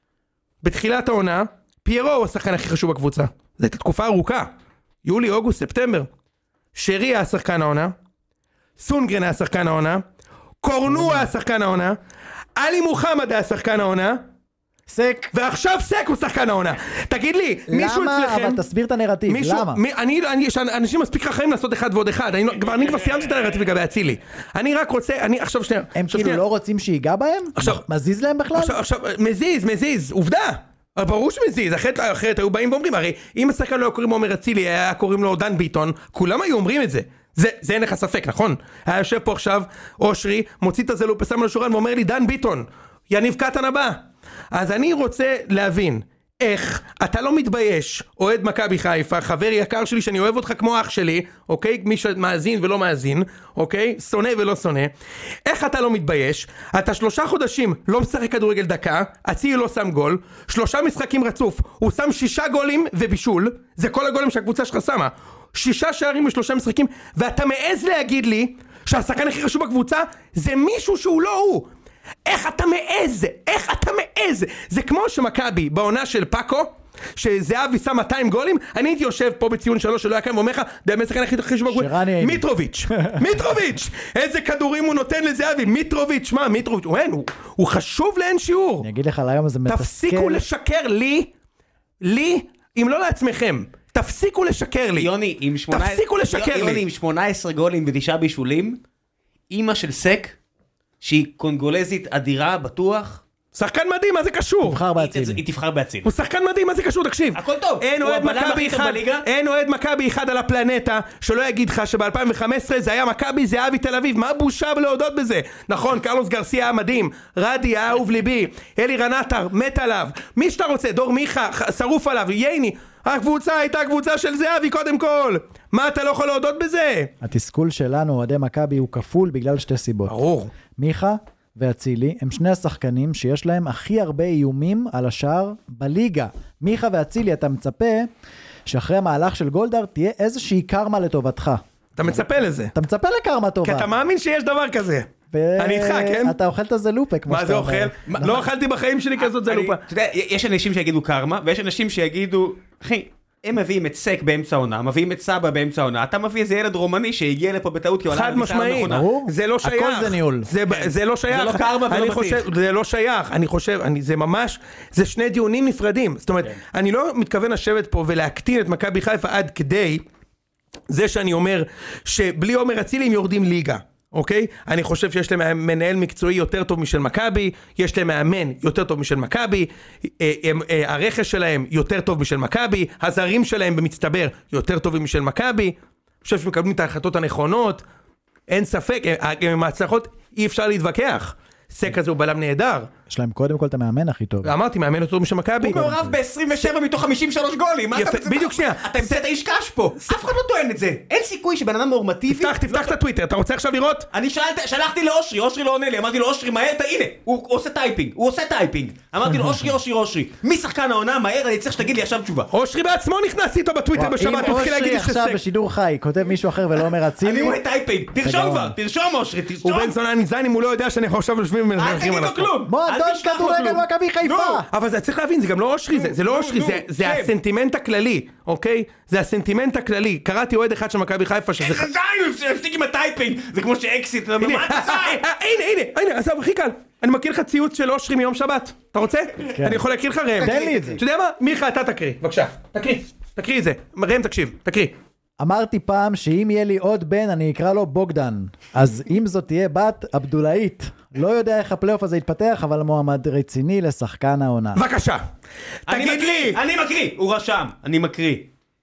בתחילת העונה, פיירו הוא השחקן הכי חשוב בקבוצה. זו הייתה תקופה ארוכה. יולי, אוגוסט, ספטמבר. שרי היה השחקן העונה, סונגרן היה השחקן העונה, קורנו היה השחקן העונה, אלי מוחמד היה שחקן העונה, סק. ועכשיו סק הוא שחקן העונה. תגיד לי, מישהו למה? אצלכם... אבל תסביר את הנרטיב, מישהו, למה? מי, אני, אני, יש אנשים מספיק חכמים לעשות אחד ועוד אחד, אני, כבר, אני כבר סיימתי את הנרטיב לגבי אצילי. אני רק רוצה, אני עכשיו שנייה. הם עכשיו כאילו שנייה. לא רוצים שיגע בהם? עכשיו- מזיז להם בכלל? עכשיו, עכשיו, מזיז, מזיז, עובדה. ברור שמזיז, אחרת, אחרת היו באים ואומרים, הרי אם השחקן לא קוראים עומר אצילי, היה קוראים לו דן ביטון, כולם היו אומרים את זה. זה, זה אין לך ספק, נכון? היה יושב פה עכשיו, אושרי, מוציא את הזלופ, שם על השולחן ואומר לי, דן ביטון, יניב קטן הבא. אז אני רוצה להבין, איך אתה לא מתבייש, אוהד מכבי חיפה, חבר יקר שלי שאני אוהב אותך כמו אח שלי, אוקיי? מי שמאזין ולא מאזין, אוקיי? שונא ולא שונא. איך אתה לא מתבייש? אתה שלושה חודשים לא משחק כדורגל דקה, אצילי לא שם גול, שלושה משחקים רצוף, הוא שם שישה גולים ובישול, זה כל הגולים שהקבוצה שלך שמה. שישה שערים בשלושה משחקים, ואתה מעז להגיד לי שהשחקן הכי חשוב בקבוצה זה מישהו שהוא לא הוא. איך אתה מעז? איך אתה מעז? זה כמו שמכבי בעונה של פאקו, שזהבי שם מאתיים גולים, אני הייתי יושב פה בציון שלוש שלא היה כאן ואומר לך, באמת שחקן הכי חשוב בקבוצה, מיטרוביץ', מיטרוביץ', איזה כדורים הוא נותן לזהבי, מיטרוביץ', מה, מיטרוביץ', הוא אין, הוא, הוא חשוב לאין שיעור. אני אגיד לך, ליום הזה מתסכל. תפסיקו לשקר לי, לי, אם לא לעצמכם. תפסיקו לשקר לי. יוני עם תפסיקו לשקר לי. יוני עם שמונה עשרה גולים ותשעה בישולים, אמא של סק, שהיא קונגולזית אדירה, בטוח. שחקן מדהים, מה זה קשור? תבחר באצילי. היא תבחר באצילי. הוא שחקן מדהים, מה זה קשור? תקשיב. הכל טוב. אין הוא אוהד הבלם מכבי הכי טוב אחד, בליגה. אין אוהד מכבי אחד על הפלנטה, שלא יגיד לך שב-אלפיים וחמש עשרה זה היה מכבי, זה אבי תל אביב, מה בושה להודות בזה? נכון, קרלוס גרסיה היה מדהים, רדי היה אהוב ליבי, אלי רנטר, מת עליו, מי שאתה רוצה, דור מיכה, שרוף עליו, ייני, הקבוצה הייתה קבוצה של זהבי קודם כל, מה אתה לא יכול להודות בזה? התסכול שלנו, אוהדי מכבי, הוא כפול בגלל שתי סיבות. ברור. מיכה ואצילי הם שני השחקנים שיש להם הכי הרבה איומים על השאר בליגה. מיכה ואצילי, אתה מצפה שאחרי המהלך של גולדהר תהיה איזושהי קרמה לטובתך. אתה מצפה לזה. אתה מצפה לקרמה טובה. כי אתה מאמין שיש דבר כזה. ו- אני איתך, כן? אתה אוכל את הזלופה, כמו מה שאתה זה אומר. אוכל? לא אכלתי בחיים שלי כזאת זלופה. אתה יודע, יש אנשים שיגידו קרמה, ויש אנשים שיגידו, אחי, הם מביאים את סק באמצע העונה, מביאים את סבא באמצע העונה, אתה מביא איזה ילד רומני שהגיע לפה בטעות, כי הוא חד עלה לביצה משמעית, המכונה. ברור. זה לא שייך. הכל זה ניהול. זה, זה לא שייך. זה לא קרמה ולא אני בטיח. חושב, זה לא שייך, אני חושב, אני, זה ממש, זה שני דיונים נפרדים. זאת אומרת, אני לא מתכוון לשבת פה ולהקטין את מכבי חיפה עד כדי זה שאני אומר שבלי עומר אצילי הם יורדים ליגה. אוקיי? אני חושב שיש להם מנהל מקצועי יותר טוב משל מכבי, יש להם מאמן יותר טוב משל מכבי, הרכש שלהם יותר טוב משל מכבי, הזרים שלהם במצטבר יותר טובים משל מכבי, אני חושב שמקבלים את ההחלטות הנכונות, אין ספק, עם ההצלחות אי אפשר להתווכח. סק הזה הוא בלם נהדר. יש להם קודם כל את המאמן הכי טוב. אמרתי, מאמן יותר משל מכבי. הוא מעורב ב-עשרים ושבע מתוך חמישים ושלוש גולים. מה אתה- בדיוק שנייה. אתה המצאת איש קש פה. אף אחד לא טוען את זה. אין סיכוי שבן אדם נורמטיבי... תפתח, תפתח את הטוויטר, אתה רוצה עכשיו לראות? אני שאלת, שלחתי לאושרי, אושרי לא עונה לי, אמרתי לו אושרי מהר, הנה, הוא עושה טייפינג, הוא עושה טייפינג. אמרתי לו אושרי, אושרי, אושרי, מי שחקן העונה, מהר, אני צריך שתגיד לי עכשיו תשובה. אושרי בעצמו נכנס איתו בטוויטר בשבת, הוא התחיל להגיד לי אם אושרי עכשיו שסק. בשידור חי, כותב מישהו אחר ולא אומר אני אצילי, רואה טייפינג, תרשום כבר, תרשום אושרי, תרשום. הוא בן זונה נזיין אם הוא לא יודע שאנחנו עכשיו יושבים אל ומזרחים תגיד עליו. לו כלום. מועדון אל תשלח לו כדורגל כלום. מכבי חיפה. נו. אבל זה צריך להבין, זה גם לא אושרי, זה, זה לא אושרי, נו, זה, זה שם. הסנטימנט הכללי, אוקיי? זה הסנטימנט הכללי. קראתי אוהד אחד של מכבי חיפה שזה... איזה זין, הוא הפסיק עם הטייפינג, זה כמו שאקסיט, אתה אומר, הנה, מה אתה זין? הנה, הנה, הנה, עזוב, הכי קל. אני מכיר לך ציוץ של אושרי מיום שבת. אתה רוצה? אני יכול להכיר לך ראם. תן לי את זה. אתה יודע מה? מיכה, אתה תקריא, בבקשה. תקריא, תקריא את זה. ראם, תקשיב, תקריא. אמרתי פעם שאם יהיה לי עוד בן אני אקרא לו בוגדן, אז אם זאת תהיה בת עבדולאית, לא יודע איך הפלייאוף הזה יתפתח, אבל מועמד רציני לשחקן העונה. בבקשה. אני תגיד לי. מקריא, אני מקריא, הוא רשם, אני מקריא.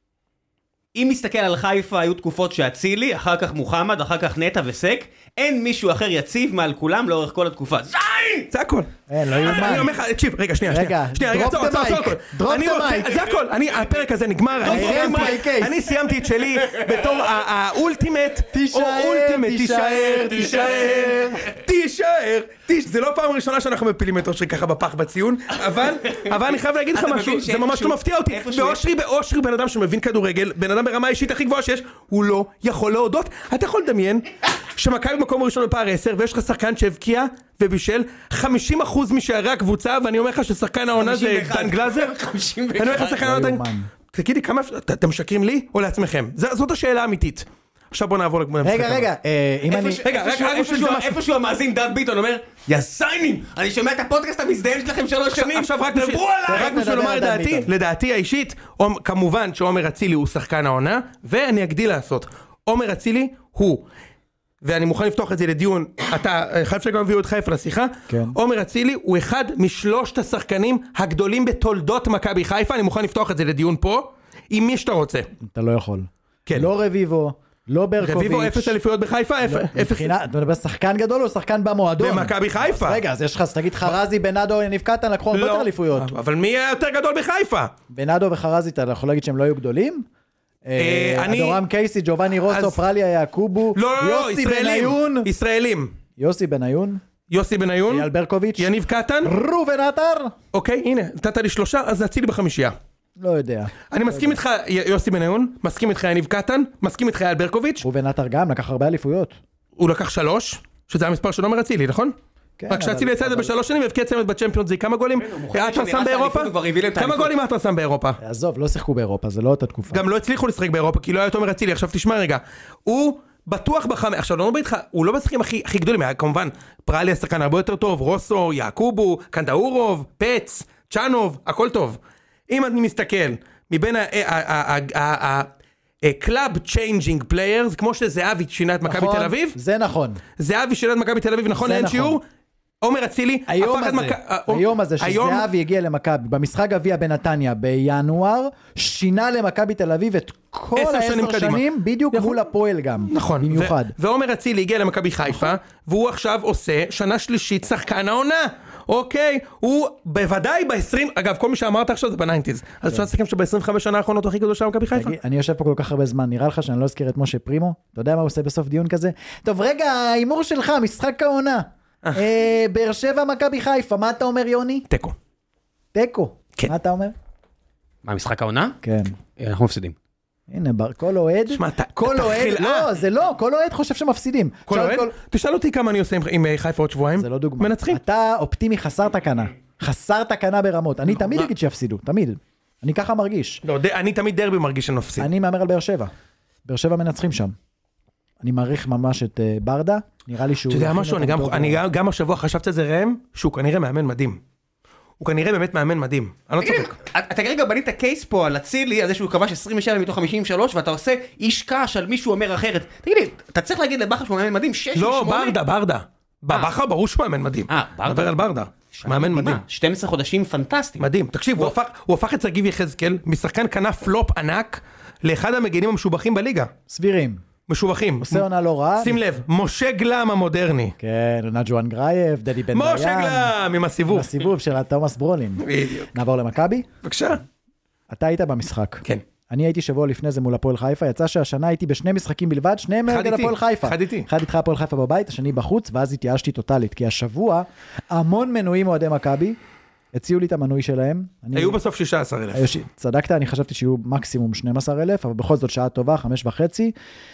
אם מסתכל על חיפה, היו תקופות שאצילי, אחר כך מוחמד, אחר כך נטע וסק, אין מישהו אחר יציב מעל כולם לאורך כל התקופה. זין! זה הכל. אין, לא אני יאומן. אומר לך, תקשיב, רגע, שנייה, רגע, שנייה, רגע, drop עצור, the עצור, עצור, mic. הכל. drop אני the רוצה, mic. זה הכל, אני, הפרק הזה נגמר, אני הרמת סיימתי- לי case. אני סיימתי את שלי בתור ה- האולטימט, תישאר, או אולטימט, תישאר, תישאר, תישאר, תיש- זה לא פעם ראשונה שאנחנו מפילים את אושרי ככה בפח בציון, אבל אבל אני חייב להגיד לך אתה משהו, מבין זה ממש שאיפשהו- לא מפתיע אותי, איפשהו- ואושרי באושרי בן אדם שמבין כדורגל, בן אדם ברמה האישית הכי גבוהה שיש, הוא לא יכול להודות. אתה יכול לדמיין שמכבי במקום הראשון בפער עשר, ויש לך שחקן שהבקיע ובישל חמישים אחוז משערי הקבוצה, ואני אומר לך ששחקן העונה זה חמישים ואחד. דן גלאזר, חמישים אני אומר לך ואחד. שחקן לא העונה דן, יאומן. תגיד לי כמה, אתם משקרים לי או לעצמכם? ז- זאת השאלה האמיתית. עכשיו בוא נעבור למשחק רגע, הבא. רגע, אה, אם אני... איפשהו- רגע, איפשהו- רק בשביל איפשהו- זה משהו. איפשהו המאזין דן ביטון אומר, יא זיינים, אני שומע את הפודקאסט המזדיין שלכם שלוש שנים, עכשיו רק בשביל, דברו עליי! רק בשביל נדבר לומר על את דן דעתי, ביטון. לדעתי האישית, עומ- כמובן שעומר אצילי הוא שחקן העונה, ואני אגדיל לעשות. עומר אצילי הוא, ואני מוכן לפתוח את זה לדיון, אתה חייב שגם הביאו את חיפה לשיחה, כן. עומר אצילי הוא אחד משלושת השחקנים הגדולים בתולדות מכבי חיפה, אני מוכן לפתוח את זה לדיון פה, עם מי שאתה רוצה. אתה לא יכול. כן. לא רביבו, לא ברקוביץ'. רביבו אפס אליפויות בחיפה, אפס- לא, אפס מבחינה, אתה מדבר שחקן גדול או שחקן במועדון? במכבי חיפה. אז רגע, אז יש לך, אז תגיד חרזי, בנאדו, יניב קטן, לקחו הרבה לא. יותר אליפויות. אבל מי היה יותר גדול בחיפה? בנאדו וחרזי, אתה יכול להגיד שהם לא היו גדולים? אה, אני- אדורם קייסי, ג'ובאני רוסו, אז- פרליה יעקובו, לא, לא, לא, יוסי ישראלים. בניון, ישראלים. יוסי בניון, יוסי בניון, אייל ברקוביץ', יניב קטן, ראובן עטר, אוקיי, הנה, נתת לי שלושה, אז אצילי בחמישייה. לא יודע. אני מסכים איתך י- יוסי בניון, מסכים איתך יניב קטן, מסכים איתך אייל ברקוביץ', ראובן עטר גם לקח הרבה אליפויות. הוא לקח שלוש, שזה המספר של עומר אצילי, נכון? כן, רק שאצילי אבל- יצא את זה אבל- בשלוש שנים והבקיע צמד בצ'מפיונס ליג, כמה גולים? מוכן עטר שנראה שם את באירופה? האליפות, הוא כבר הביא להם את כמה האליפות. גולים עטר שם באירופה? עזוב, לא שיחקו באירופה, זה לא אותה תקופה. גם לא הצליחו לשחק באירופה, כי לא היה את עומר אצילי, עכשיו תשמע רגע, הוא בטוח בחמש, עכשיו לא מדבר איתך, הוא לא בשחקים הכי, הכי גדולים, היה כמובן, פרליה שחקן הרבה יותר טוב, רוסו, יעקובו, קנדאורוב, פץ, צ'אנוב, הכל טוב. אם אני מסתכל, מבין ה... ה- ה- ה- ה- קלאב צ'יינג'ינג פליירס, כמו שזהבי שינה את מכבי תל אביב. זה נכון. זהבי שינה את מכבי תל אביב, נכון, אין שיעור? עומר אצילי, היום הזה, היום הזה שזהבי הגיע למכבי, במשחק גביע בנתניה בינואר, שינה למכבי תל אביב את כל העשר שנים, בדיוק מול הפועל גם, נכון, במיוחד. ועומר אצילי הגיע למכבי חיפה, והוא עכשיו עושה שנה שלישית שחקן העונה. אוקיי, הוא בוודאי ב-עשרים, אגב, כל מי שאמרת עכשיו זה ב-תשעים, אז אפשר לסכם שב-עשרים וחמש שנה האחרונות הוא הכי גדול של מכבי חיפה. אני יושב פה כל כך הרבה זמן, נראה לך שאני לא אזכיר את משה פרימו? אתה יודע מה הוא עושה בסוף דיון כזה? טוב, רגע, האימור שלך, משחק העונה. באר שבע מכבי חיפה, מה אתה אומר, יוני? תיקו. תיקו. מה אתה אומר? מה, משחק העונה? כן. אנחנו מפסידים. הנה, כל אוהד, כל אוהד, לא, זה לא, כל אוהד חושב שמפסידים. כל אוהד? תשאל אותי כמה אני עושה עם חיפה עוד שבועיים. זה לא דוגמה. מנצחים. אתה אופטימי חסר תקנה. חסר תקנה ברמות. אני תמיד אגיד שיפסידו, תמיד. אני ככה מרגיש. לא, אני תמיד דרבי מרגיש שנפסיד. אני מאמר על באר שבע. באר שבע מנצחים שם. אני מעריך ממש את ברדה, נראה לי שהוא... אתה יודע משהו, אני גם השבוע חשבתי על זה ראם, שהוא כנראה מאמן מדהים. הוא כנראה באמת מאמן מדהים. אני לא צוחק. אתה כרגע בנית קייס פה על אצילי, על זה שהוא כבש עשרים ושבע מתוך חמישים ושלוש, ואתה עושה איש קש על מישהו אומר אחרת. תגיד לי, אתה צריך להגיד לבחר שהוא מאמן מדהים, שש ושמונה? לא, ברדה, ברדה. בחר ברור שהוא מאמן מדהים. אה, ברדה. נדבר על ברדה. מאמן מדהים. שנים עשר חודשים פנטסטיים. מדהים. תקשיב, הוא הפך את שגיב יחזקאל, משחקן קנה פלופ ענק, לאחד המגנים המשובחים בליגה. סבירים. משובחים. עושה עונה לא רע. שים לב, משה גלם המודרני. כן, נג'ואן גרייב, דדי בן דיין. משה גלם, עם הסיבוב. עם הסיבוב של תומאס ברולין. בדיוק. נעבור למכבי? בבקשה. אתה היית במשחק. כן. אני הייתי שבוע לפני זה מול הפועל חיפה, יצא שהשנה הייתי בשני משחקים בלבד, שניהם נגד הפועל חיפה. אחד איתי. אחד איתך הפועל חיפה בבית, השני בחוץ, ואז התייאשתי טוטלית, כי השבוע המון מנויים אוהדי מכבי, הציעו לי את המנוי שלהם. היו בסוף שישה עשר אלף. צדקת, אני חשבתי שיהיו מקסימום שנים עשר אלף, אבל בכל זאת שעה טובה, חמש וחצי.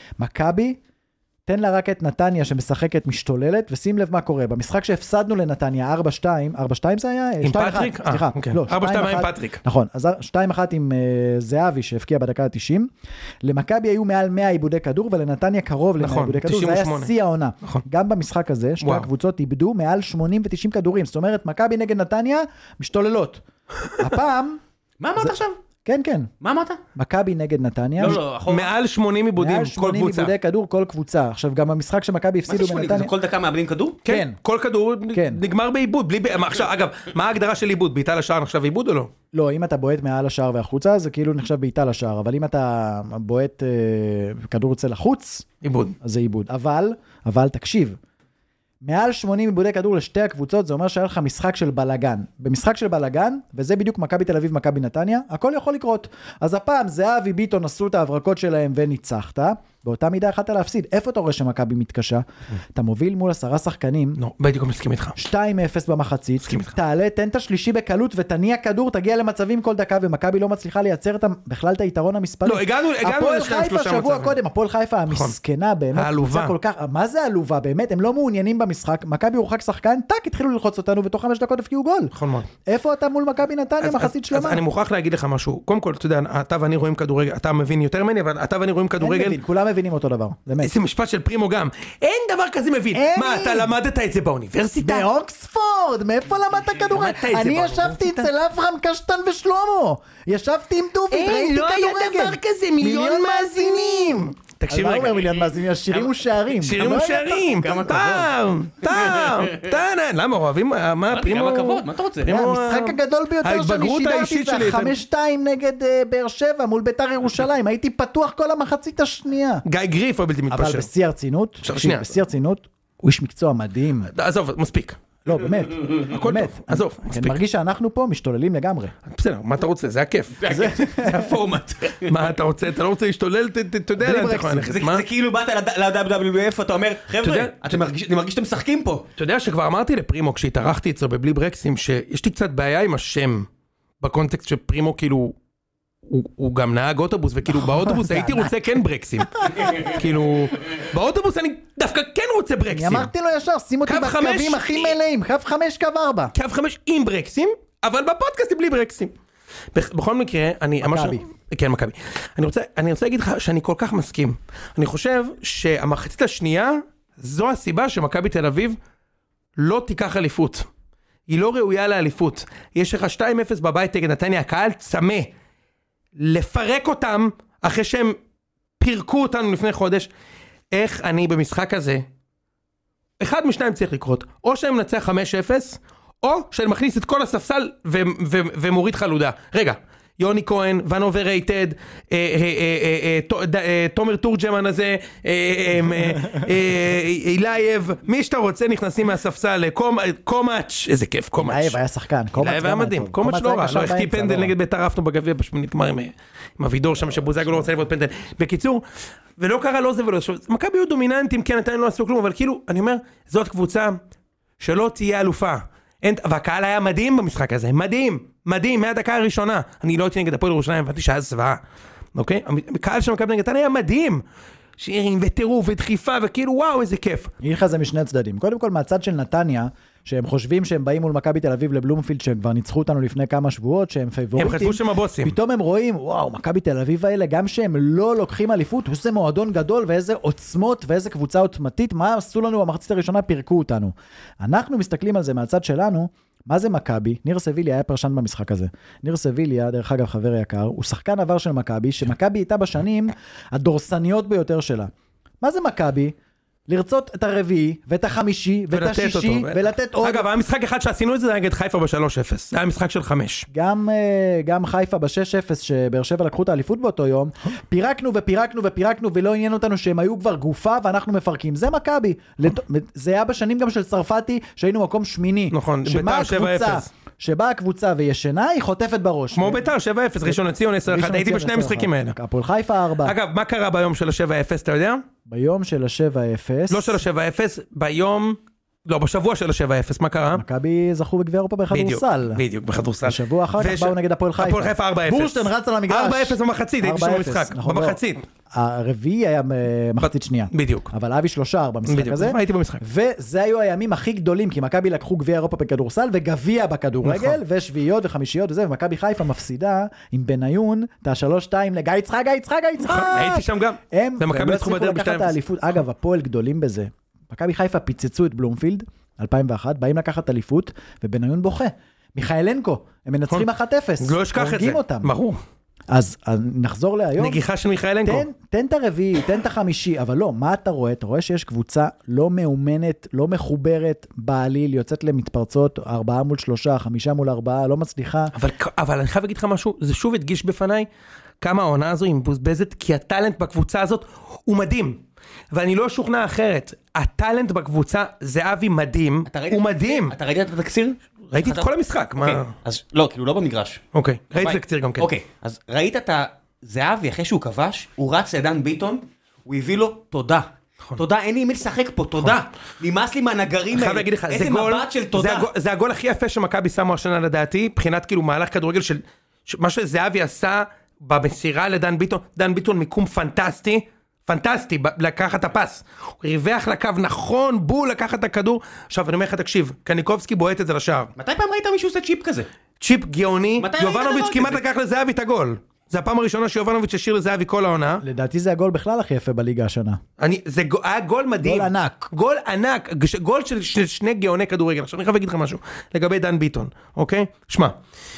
מכבי, תן לה רק את נתניה שמשחקת משתוללת, ושים לב מה קורה. במשחק שהפסדנו לנתניה, ארבע שתיים, ארבע שתיים זה היה? עם פטריק? סליחה, לא, ארבע שתיים עם פטריק. נכון, אז שתיים אחת עם זהבי שהפקיע בדקה ה-תשעים. למכבי היו מעל מאה עיבודי כדור, ולנתניה קרוב ל-מאה עיבודי כדור, זה היה שיא העונה. גם במשחק הזה, שתי הקבוצות איבדו מעל שמונים ותשעים כדורים, זאת אומרת, מכבי נגד נתניה משתוללות. הפעם... מה אמרת עכשיו? כן, כן. מה אמרת? מכבי נגד נתניה. לא, לא, מעל שמונים עיבודים, כל קבוצה. מעל שמונים עיבודי כדור, כל קבוצה. עכשיו, גם המשחק שמכבי הפסידו בנתניה... מה זה שמונים? כל דקה מאבדים כדור? כן. כל כדור נגמר בעיבוד. עכשיו, אגב, מה ההגדרה של עיבוד? בעיטה לשער נחשב עיבוד או לא? לא, אם אתה בועט מעל השער והחוצה, זה כאילו נחשב בעיטה לשער. אבל אם אתה בועט כדור יוצא לחוץ... עיבוד. אז זה עיבוד. אבל, אבל תקשיב, מעל שמונים עיבודי כדור לשתי הקבוצות, זה אומר שהיה לך משחק של בלגן. במשחק של בלגן, וזה בדיוק מכבי תל אביב, מכבי נתניה, הכל יכול לקרות. אז הפעם זהבי ביטון עשו את ההברקות שלהם וניצחת, באותה מידה יכולת להפסיד. איפה אתה רואה שמכבי מתקשה? אתה מוביל מול עשרה שחקנים. לא, בדיוק מסכים איתך. שתיים אפס במחצית. תעלה, תן את השלישי בקלות ותניע כדור, תגיע למצבים כל דקה, ומכבי לא מצליחה לייצר בכלל את היתרון המספרי. לא, הגענו, הגענו לשניים שלושה מצבים. שבוע קודם, הפועל חיפה המסכנה באמת. העלובה. כל כך, מה זה העלובה? באמת, הם לא מעוניינים במשחק. מכבי הורחק שחקן, טק, התחילו ללחוץ אותנו, ותוך חמש דקות הפקיעו גול. נכון מאוד. איפה אתה מול מכבי נתניה מחצית שלמה? אז אני מוכרח להגיד לך משהו. קודם כל, אתה יודע, אתה ואני רואים כדורגל, אתה מבין יותר ממני, אבל אתה ואני רואים כדורגל. כולם מבינים אותו דבר. זה משפט של פרימו גם. אין דבר כזה מבין. מה, אתה למדת את זה באוניברסיטה? באוקספורד, מאיפה למדת כדורגל? אני ישבתי אצל אברהם קשטן ושלמה. ישבתי עם דוביד, ראיתי כדורגל. לא היה דבר כזה, מיליון מאזינים. תקשיב רגע. מה אומר מיליון מאזינים? שירים ושערים. שירים ושערים. טעם, טעם, טעם. למה אוהבים? מה, פרימו? כמה כבוד, מה אתה רוצה? המשחק הגדול ביותר שאני שידרתי זה חמש שתיים נגד באר שבע מול בית"ר ירושלים. הייתי פתוח כל המחצית השנייה. גיא גריף הבלתי מתפשר. אבל בשיא הרצינות, בשיא הרצינות, הוא איש מקצוע מדהים. עזוב, מספיק. לא, באמת. הכל טוב, עזוב, מספיק. אני מרגיש שאנחנו פה משתוללים לגמרי. בסדר, מה אתה רוצה? זה הכיף. זה הפורמט. מה אתה רוצה? אתה לא רוצה להשתולל, אתה יודע לאן אתה יכול ללכת. זה כאילו באת ל-דאבליו דאבליו אף, אתה אומר, חבר'ה, אני מרגיש שאתם משחקים פה. אתה יודע שכבר אמרתי לפרימו, כשהתארחתי אצלו בבלי ברקסים, שיש לי קצת בעיה עם השם, בקונטקסט שפרימו כאילו, הוא גם נהג אוטובוס, וכאילו באוטובוס הייתי רוצה כן ברקסים. כאילו, באוטובוס אני דווקא כן רוצה ברקסים. אני אמרתי לו ישר, שים אותי בקווים הכי מלאים, קו חמש, קו ארבע. קו חמש עם ברקסים, אבל בפודקאסט בלי ברקסים. בכל מקרה, אני... מכבי. כן, מכבי. אני רוצה, אני רוצה להגיד לך שאני כל כך מסכים. אני חושב שהמחצית השנייה, זו הסיבה שמכבי תל אביב לא תיקח אליפות. היא לא ראויה לאליפות. יש לך שתיים אפס בבית נגד נתניה, הקהל צמא. לפרק אותם אחרי שהם פירקו אותנו לפני חודש, איך אני במשחק הזה, אחד משניים צריך לקרות, או שאני מנצח חמש אפס, או שאני מכניס את כל הספסל ו- ו- ומוריד חלודה. רגע, יוני כהן, ון אוברייטד, תומר תורג'מן הזה, אילייב, מי שאתה רוצה נכנסים מהספסל, קומאץ', איזה כיף, קומאץ'. אילייב היה שחקן, אילייב היה מדהים, קומאץ' לא רע, לא החטיא פנדל נגד בית"ר, עפנו בגביע, בשמינית גמר עם אבידור שם, שבוזגלו לא רוצה לבעוט פנדל. בקיצור, ולא קרה לא זה ולא זה. מכבי היו דומיננטים, כן, עדיין לא עשו כלום, אבל כאילו, אני אומר, זאת קבוצה שלא תהיה אלופה. והקהל היה מדהים במשחק הזה, מדהים, מדהים, מהדקה הראשונה. אני לא הייתי נגד הפועל ירושלים, הבנתי שהיה זוועה. אוקיי? הקהל של מכבי נגד היה מדהים. שירים וטירוף ודחיפה, וכאילו וואו, איזה כיף. יהיה לך זה משני צדדים. קודם כל, מהצד של נתניה, שהם חושבים שהם באים מול מכבי תל אביב לבלומפילד, שהם כבר ניצחו אותנו לפני כמה שבועות, שהם פייבוריטים. הם חשבו שהם הבוסים. פתאום הם רואים, וואו, מכבי תל אביב האלה, גם שהם לא לוקחים אליפות, איזה מועדון גדול, ואיזה עוצמות, ואיזה קבוצה עוצמתית, מה עשו לנו במחצית הראשונה, פירקו אותנו. אנחנו מסתכלים על זה מהצד שלנו, מה זה מכבי? ניר סביליה היה פרשן במשחק הזה. ניר סביליה, דרך אגב חבר יקר, הוא שחקן עבר של מכבי, שמכבי הייתה בשנים הדורסניות ביותר שלה. מה זה מכבי? לרצות את הרביעי, ואת החמישי, ואת השישי, ולתת עוד. אגב, היה משחק אחד שעשינו את זה, נגד חיפה ב-שלוש אפס. זה היה משחק של חמש. גם, גם חיפה ב-שש אפס, שבאר שבע לקחו את האליפות באותו יום, פירקנו ופירקנו ופירקנו, ולא עניין אותנו שהם היו כבר גופה, ואנחנו מפרקים. זה מכבי. זה היה בשנים גם של צרפתי, שהיינו מקום שמיני. נכון, בית"ר שבע אפס. שבאה הקבוצה וישנה, היא חוטפת בראש. כמו בית"ר שבע אפס, ראשון לציון עשר אחת. הייתי בשני המשחקים האלה. הפועל חיפה ארבע. אגב, מה קרה ביום של ה-שבע אפס, אתה יודע? ביום של ה-שבע אפס. לא של ה-שבע אפס, ביום... לא, בשבוע של ה-שבע אפס, מה קרה? מכבי זכו בגביע אירופה בכדורסל. בדיוק, בדיוק, בכדורסל. בשבוע אחר כך באו נגד הפועל חיפה. הפועל חיפה ארבע אפס. בורשטיין רץ על המגרש. ארבע אפס במחצית, הייתי שם במשחק. במחצית. הרביעי היה מחצית שנייה. בדיוק. אבל אבי שלושה במשחק הזה. הייתי במשחק. וזה היו הימים הכי גדולים, כי מכבי לקחו גביע אירופה בכדורסל, וגביע בכדורגל, ושביעיות וחמישיות וזה, ומכבי חיפה מפסידה עם בניון, את השלוש שתיים לגיא יצחק, גיא יצחק, גיא יצחק. הייתי שם גם. הם לא הצליחו לקחת את האליפות. אגב, הפועל גדולים בזה. מכבי חיפה פיצצו את בלומפילד, אלפיים ואחת, באים לקחת אליפות, ובניון בוכה. מיכאלנקו, הם מנצחים אחת אפס. לא אשכח את זה. ברור. אז נחזור להיום. נגיחה של מיכאלנקו. תן, תן את הרביעי, תן את החמישי, אבל לא, מה אתה רואה? אתה רואה שיש קבוצה לא מאומנת, לא מחוברת בעליל, יוצאת למתפרצות, ארבעה מול שלושה, חמישה מול ארבעה, לא מצליחה. אבל, אבל אני חייב להגיד לך משהו, זה שוב הדגיש בפניי, כמה העונה הזו היא מבוזבזת, כי הטלנט בקבוצה הזאת הוא מדהים. ואני לא שוכנע אחרת, הטלנט בקבוצה זה אבי מדהים, הוא מדהים. אתה ראית את התקציר? ראיתי את כל המשחק, מה? אז לא, כאילו לא במגרש. אוקיי, ראיתי את התקציר גם כן. אוקיי, אז ראית את הזהבי אחרי שהוא כבש, הוא רץ לדן ביטון, הוא הביא לו תודה. תודה, אין לי מי לשחק פה, תודה. נמאס לי מהנגרים האלה. איזה מבט של תודה. זה הגול הכי יפה שמכבי שמו השנה לדעתי, מבחינת כאילו מהלך כדורגל של מה שזהבי עשה במסירה לדן ביטון, דן ביטון מיקום פנטסטי, פנטסטי, לקחת את הפס. הוא ריווח לקו נכון, בול לקחת את הכדור. עכשיו, אני אומר לך, תקשיב, קניקובסקי בועט את זה לשער. מתי פעם ראית מישהו עושה צ'יפ כזה? צ'יפ גאוני, יובנוביץ' כמעט לקח לזהבי את הגול. זה הפעם הראשונה שיובנוביץ' השאיר לזהבי כל העונה. לדעתי זה הגול בכלל הכי יפה בליגה השנה. אני, זה היה גול מדהים. גול ענק. גול ענק, גול של, של שני גאוני כדורגל. עכשיו אני חייב להגיד לך משהו, לגבי דן ביטון, אוקיי? שמע,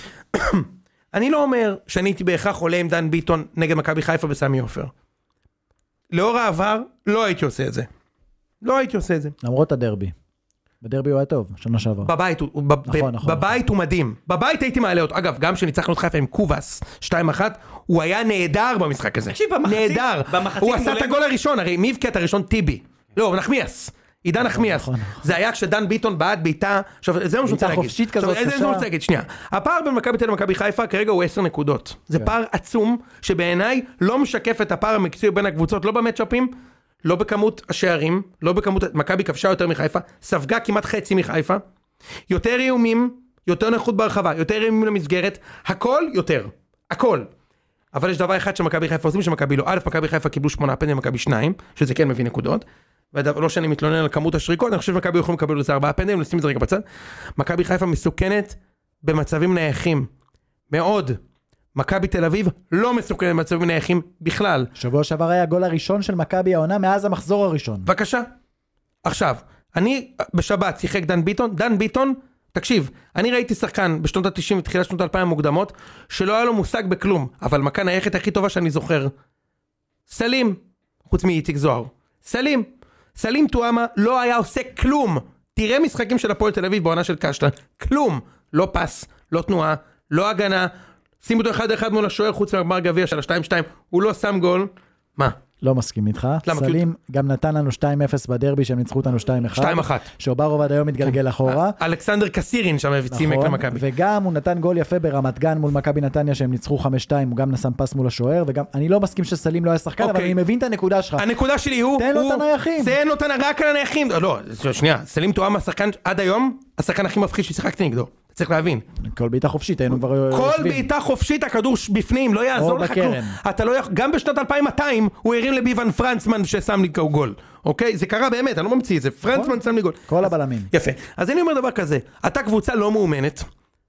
אני לא אומר שאני הייתי בהכרח עולה עם דן ביטון נגד מכבי חיפה בסמי עופר. לאור העבר, לא הייתי עושה את זה. לא הייתי עושה את זה. למרות הדרבי. בדרבי הוא היה טוב, שנה שעבר. בבית, הוא, בב, נכון, נכון. בבית הוא מדהים. בבית הייתי מעלה אותו. אגב, גם שניצחנו את חיפה עם קובס, שתיים אחת, הוא היה נהדר במשחק הזה. תקשיב, במחצית, נהדר. במחצית הוא עשה את הגול הראשון, הרי מי הבקיע את הראשון? טיבי. לא, נחמיאס. עידן נחמיאס. זה היה כשדן ביטון בעט בעיטה. עכשיו, זה מה שאני רוצה להגיד. חופשית כזאת קשה. זה מה רוצה להגיד, שנייה. הפער בין מכבי תל אביב ומכבי חיפה כרגע הוא עשר נקודות. זה פער עצום שבעיניי לא משקף את הפער המקצועי בין הקבוצות, לא במצ'אפים, לא בכמות השערים, לא בכמות, מכבי כבשה יותר מחיפה, ספגה כמעט חצי מחיפה, יותר איומים, יותר נכות ברחבה, יותר איומים למסגרת, הכל יותר, הכל. אבל יש דבר אחד שמכבי חיפה עושים, שמכבי לא, א', מכבי חיפה קיבלו שמונה פנדלים, מכבי שניים, שזה כן מביא נקודות, ולא שאני מתלונן על כמות השריקות, אני חושב שמכבי יכולים לקבל לזה ארבעה פנדלים, נשים את זה רגע בצד. מכבי חיפה מסוכנת במצבים נייחים, מאוד. מכבי תל אביב לא מסוכנת במצבים נייחים בכלל. שבוע שעבר היה הגול הראשון של מכבי העונה מאז המחזור הראשון. בבקשה. עכשיו, אני בשבת שיחק דן ביטון, דן ביטון, תקשיב, אני ראיתי שחקן בשנות ה-תשעים ותחילת שנות ה-אלפיים המוקדמות, שלא היה לו מושג בכלום, אבל מכאן היחת הכי טובה שאני זוכר. סלים, חוץ מאיציק זוהר, סלים, סלים טועמה לא היה עושה כלום, תראה משחקים של הפועל תל אביב בעונה של קשטן, כלום, לא פס, לא תנועה, לא הגנה, שימו אותו אחד אחד מול השוער חוץ מהגמר גביע של ה-שתיים שתיים, הוא לא שם גול, מה? לא מסכים איתך. סלים גם נתן לנו שתיים אפס בדרבי שהם ניצחו אותנו שתיים אחת. שתיים אחת. שאוברוב עד היום מתגלגל אחורה. אלכסנדר קסירין שם הצימק למכבי. וגם הוא נתן גול יפה ברמת גן מול מכבי נתניה שהם ניצחו חמש שתיים, הוא גם נסם פס מול השוער, וגם אני לא מסכים שסלים לא היה שחקן, אבל אני מבין את הנקודה שלך. הנקודה שלי הוא... תן לו את הנייחים. תן לו את רק על הנייחים. לא, שנייה, סלים טועמה השחקן עד היום, השחקן הכי מפחיד ששיחקתי נגדו. צריך להבין. כל בעיטה חופשית, היינו כבר יושבים. כל בעיטה חופשית, הכדור בפנים, לא יעזור לך כלום. אתה לא יכול, גם בשנת אלפיים ומאתיים, הוא הרים לביבן פרנצמן ששם לי גול. אוקיי? זה קרה באמת, אני לא ממציא את זה. פרנצמן שם לי גול. כל הבלמים. יפה. אז אני אומר דבר כזה, אתה קבוצה לא מאומנת,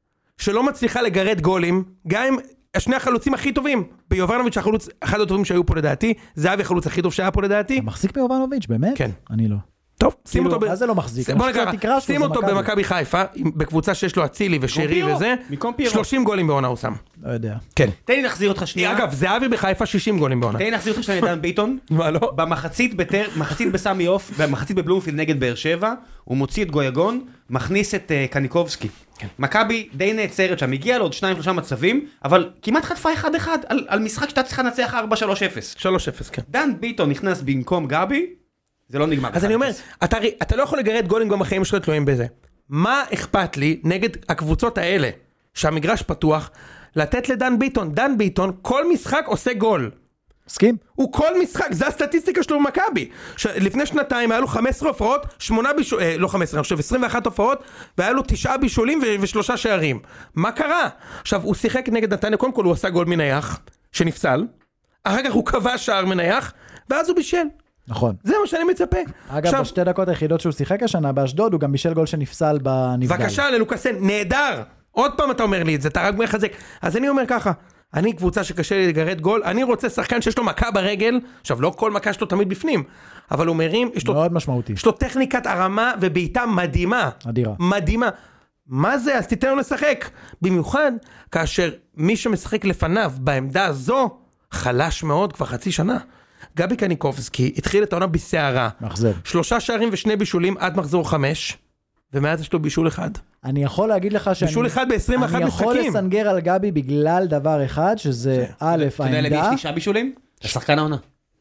שלא מצליחה לגרד גולים, גם עם שני החלוצים הכי טובים. ביובנוביץ' החלוץ, אחד הטובים שהיו פה לדעתי, זהבי החלוץ הכי טוב שהיה פה לדעתי. אתה מחזיק ביובנוביץ', באמת? כן. אני לא. טוב, שים אותו, מה זה לא מחזיק? שים אותו במכבי חיפה, בקבוצה שיש לו אצילי ושרי וזה, שלושים גולים בעונה הוא שם. לא יודע. כן. תן לי נחזיר אותך שנייה. אגב, זהבי בחיפה שישים גולים בעונה. תן לי נחזיר אותך שנייה לדן ביטון. מה לא? במחצית מחצית בסמי אוף, במחצית בבלומפילד נגד באר שבע, הוא מוציא את גויגון, מכניס את קניקובסקי. מכבי די נעצרת שם, הגיע לו עוד שניים שלושה מצבים, אבל כמעט חטפה אחד אחד על משחק שאתה צריכה לנצח ארבע שלוש אפס. שלוש אפס, כן. דן ביטון נכנס במקום גבי, זה לא נגמר. אז אני אומר, אתה, אתה לא יכול לגרד גולים גם החיים שלך תלויים בזה. מה אכפת לי נגד הקבוצות האלה, שהמגרש פתוח, לתת לדן ביטון? דן ביטון, כל משחק עושה גול. מסכים? הוא כל משחק, זה הסטטיסטיקה שלו במכבי. לפני שנתיים היה לו חמש עשרה הופעות, שמונה בישולים, אה, לא חמש עשרה, אני חושב, עשרים ואחת הופעות, והיה לו תשעה בישולים ו- ושלושה שערים. מה קרה? עכשיו, הוא שיחק נגד נתניה, קודם כל הוא עשה גול מנייח, שנפסל, אחר כך הוא קבע שער מנייח, ואז הוא בישל. נכון. זה מה שאני מצפה. אגב, עכשיו, בשתי דקות היחידות שהוא שיחק השנה באשדוד, הוא גם בישל גול שנפסל בנבדל. בבקשה, ללוקאסן, נהדר. עוד פעם אתה אומר לי את זה, אתה רק מחזק. אז אני אומר ככה, אני קבוצה שקשה לי לגרד גול, אני רוצה שחקן שיש לו מכה ברגל, עכשיו לא כל מכה שלו תמיד בפנים, אבל הוא מרים, יש לו, מאוד משמעותי. יש לו טכניקת הרמה ובעיטה מדהימה. אדירה. מדהימה. מה זה? אז תיתן לו לשחק. במיוחד כאשר מי שמשחק לפניו בעמדה הזו, חלש מאוד כבר חצי שנה. גבי קניקובסקי התחיל את העונה בסערה. מחזב. שלושה שערים ושני בישולים עד מחזור חמש, ומאז יש לו בישול אחד. אני יכול להגיד לך שאני... בישול אחד ב-עשרים ואחת משחקים. אני יכול לסנגר על גבי בגלל דבר אחד, שזה א', העמדה... אתה יודע למי יש תשעה בישולים? השחקן העונה.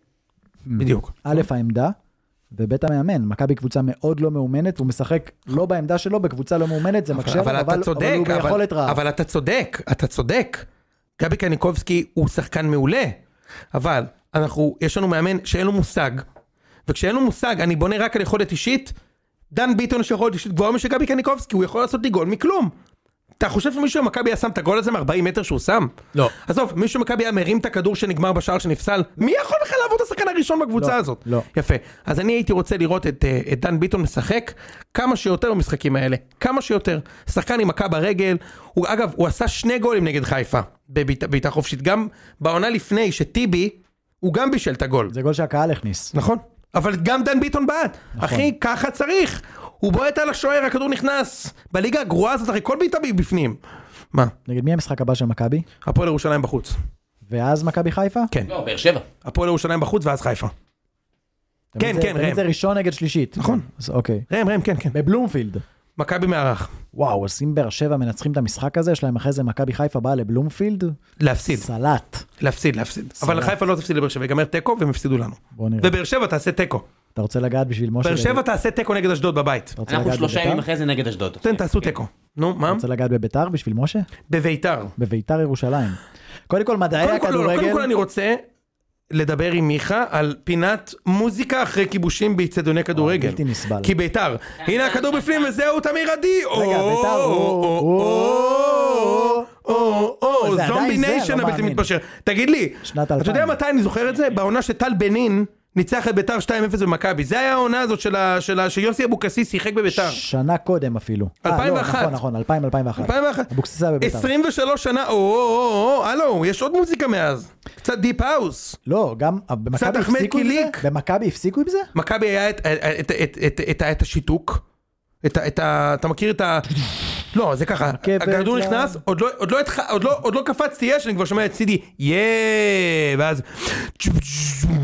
בדיוק. א', העמדה, ובית המאמן. מכבי קבוצה מאוד לא מאומנת, הוא משחק לא בעמדה שלו, בקבוצה לא מאומנת, זה מקשר, אבל הוא ביכולת רעה. אבל אתה צודק, אתה צודק. גבי קניקובסקי הוא שחקן מעולה, אבל אנחנו, יש לנו מאמן שאין לו מושג, וכשאין לו מושג, אני בונה רק על יכולת אישית, דן ביטון יש יכולת אישית גבוהה משגבי קניקובסקי, הוא יכול לעשות לי גול מכלום. אתה חושב שמישהו במכבי היה שם את הגול הזה מ-ארבעים מטר שהוא שם? לא. עזוב, מישהו במכבי היה מרים את הכדור שנגמר בשער שנפסל? מי יכול בכלל לעבוד את השחקן הראשון בקבוצה הזאת? לא. יפה. אז אני הייתי רוצה לראות את, את דן ביטון משחק כמה שיותר במשחקים האלה. כמה שיותר. שחקן עם מכה ברגל. הוא, אגב, הוא עשה שני גולים נגד חיפה בביתה חופשית. גם בעונה לפני שטיבי, הוא גם בישל את הגול. זה גול שהקהל הכניס. נכון. אבל גם דן ביטון בעט. נכון. אחי, ככה צריך. הוא בועט על השוער, הכדור נכנס. בליגה הגרועה הזאת, אחרי כל בעיטה בפנים. מה? נגד מי המשחק הבא של מכבי? הפועל ירושלים בחוץ. ואז מכבי חיפה? כן. לא, באר שבע. הפועל ירושלים בחוץ ואז חיפה. כן, כן, ראם. זה ראשון נגד שלישית. נכון. אז אוקיי. ראם, ראם, כן, כן. בבלומפילד. מכבי מערך. וואו, אז אם באר שבע מנצחים את המשחק הזה, יש להם אחרי זה מכבי חיפה באה לבלומפילד. להפסיד. סלט. להפסיד, להפסיד. אבל חיפה לא תפסיד לבאר שבע, יגמר טקו והם הפסידו לנו. בוא נראה. ובאר שבע תעשה טקו. אתה רוצה לגעת בשביל משה? באר שבע תעשה טקו נגד אשדוד בבית. אנחנו שלושה ימים אחרי זה נגד אשדוד. תן, תעשו טקו. נו, מה? אתה רוצה לגעת בביתר בשביל משה? בביתר. בביתר ירושלים. קודם כל מדעי הכדורגל. קודם כל אני רוצה לדבר עם מיכה על פינת מוזיקה אחרי כיבושים באצטדיוני כדורגל. בלתי נסבל. כי ביתר, הנה הכדור בפנים וזהו תמיר עדי. רגע, ביתר, זומבי ניישן הבלתי מתפשר. תגיד לי, אתה יודע מתי אני זוכר את זה? בעונה שטל בנין ניצח את ביתר שתיים אפס במכבי. זה היה העונה הזאת של שיוסי אבוקסיס שיחק בביתר. שנה קודם אפילו. אלפיים ואחת. נכון, נכון, אלפיים, אלפיים ואחת. אלפיים ואחת. אבוקסיס היה בביתר. עשרים ושלוש שנה, או, או, או, הלו, יש עוד מוזיקה מאז. קצת דיפ האוס. לא, גם במכבי הפסיקו עם זה? במכבי הפסיקו עם זה? מכבי היה את השיתוק. אתה מכיר את ה... לא, זה ככה, הכדור נכנס, עוד לא קפצתי יש, אני כבר שומע את סידי, יאה, ואז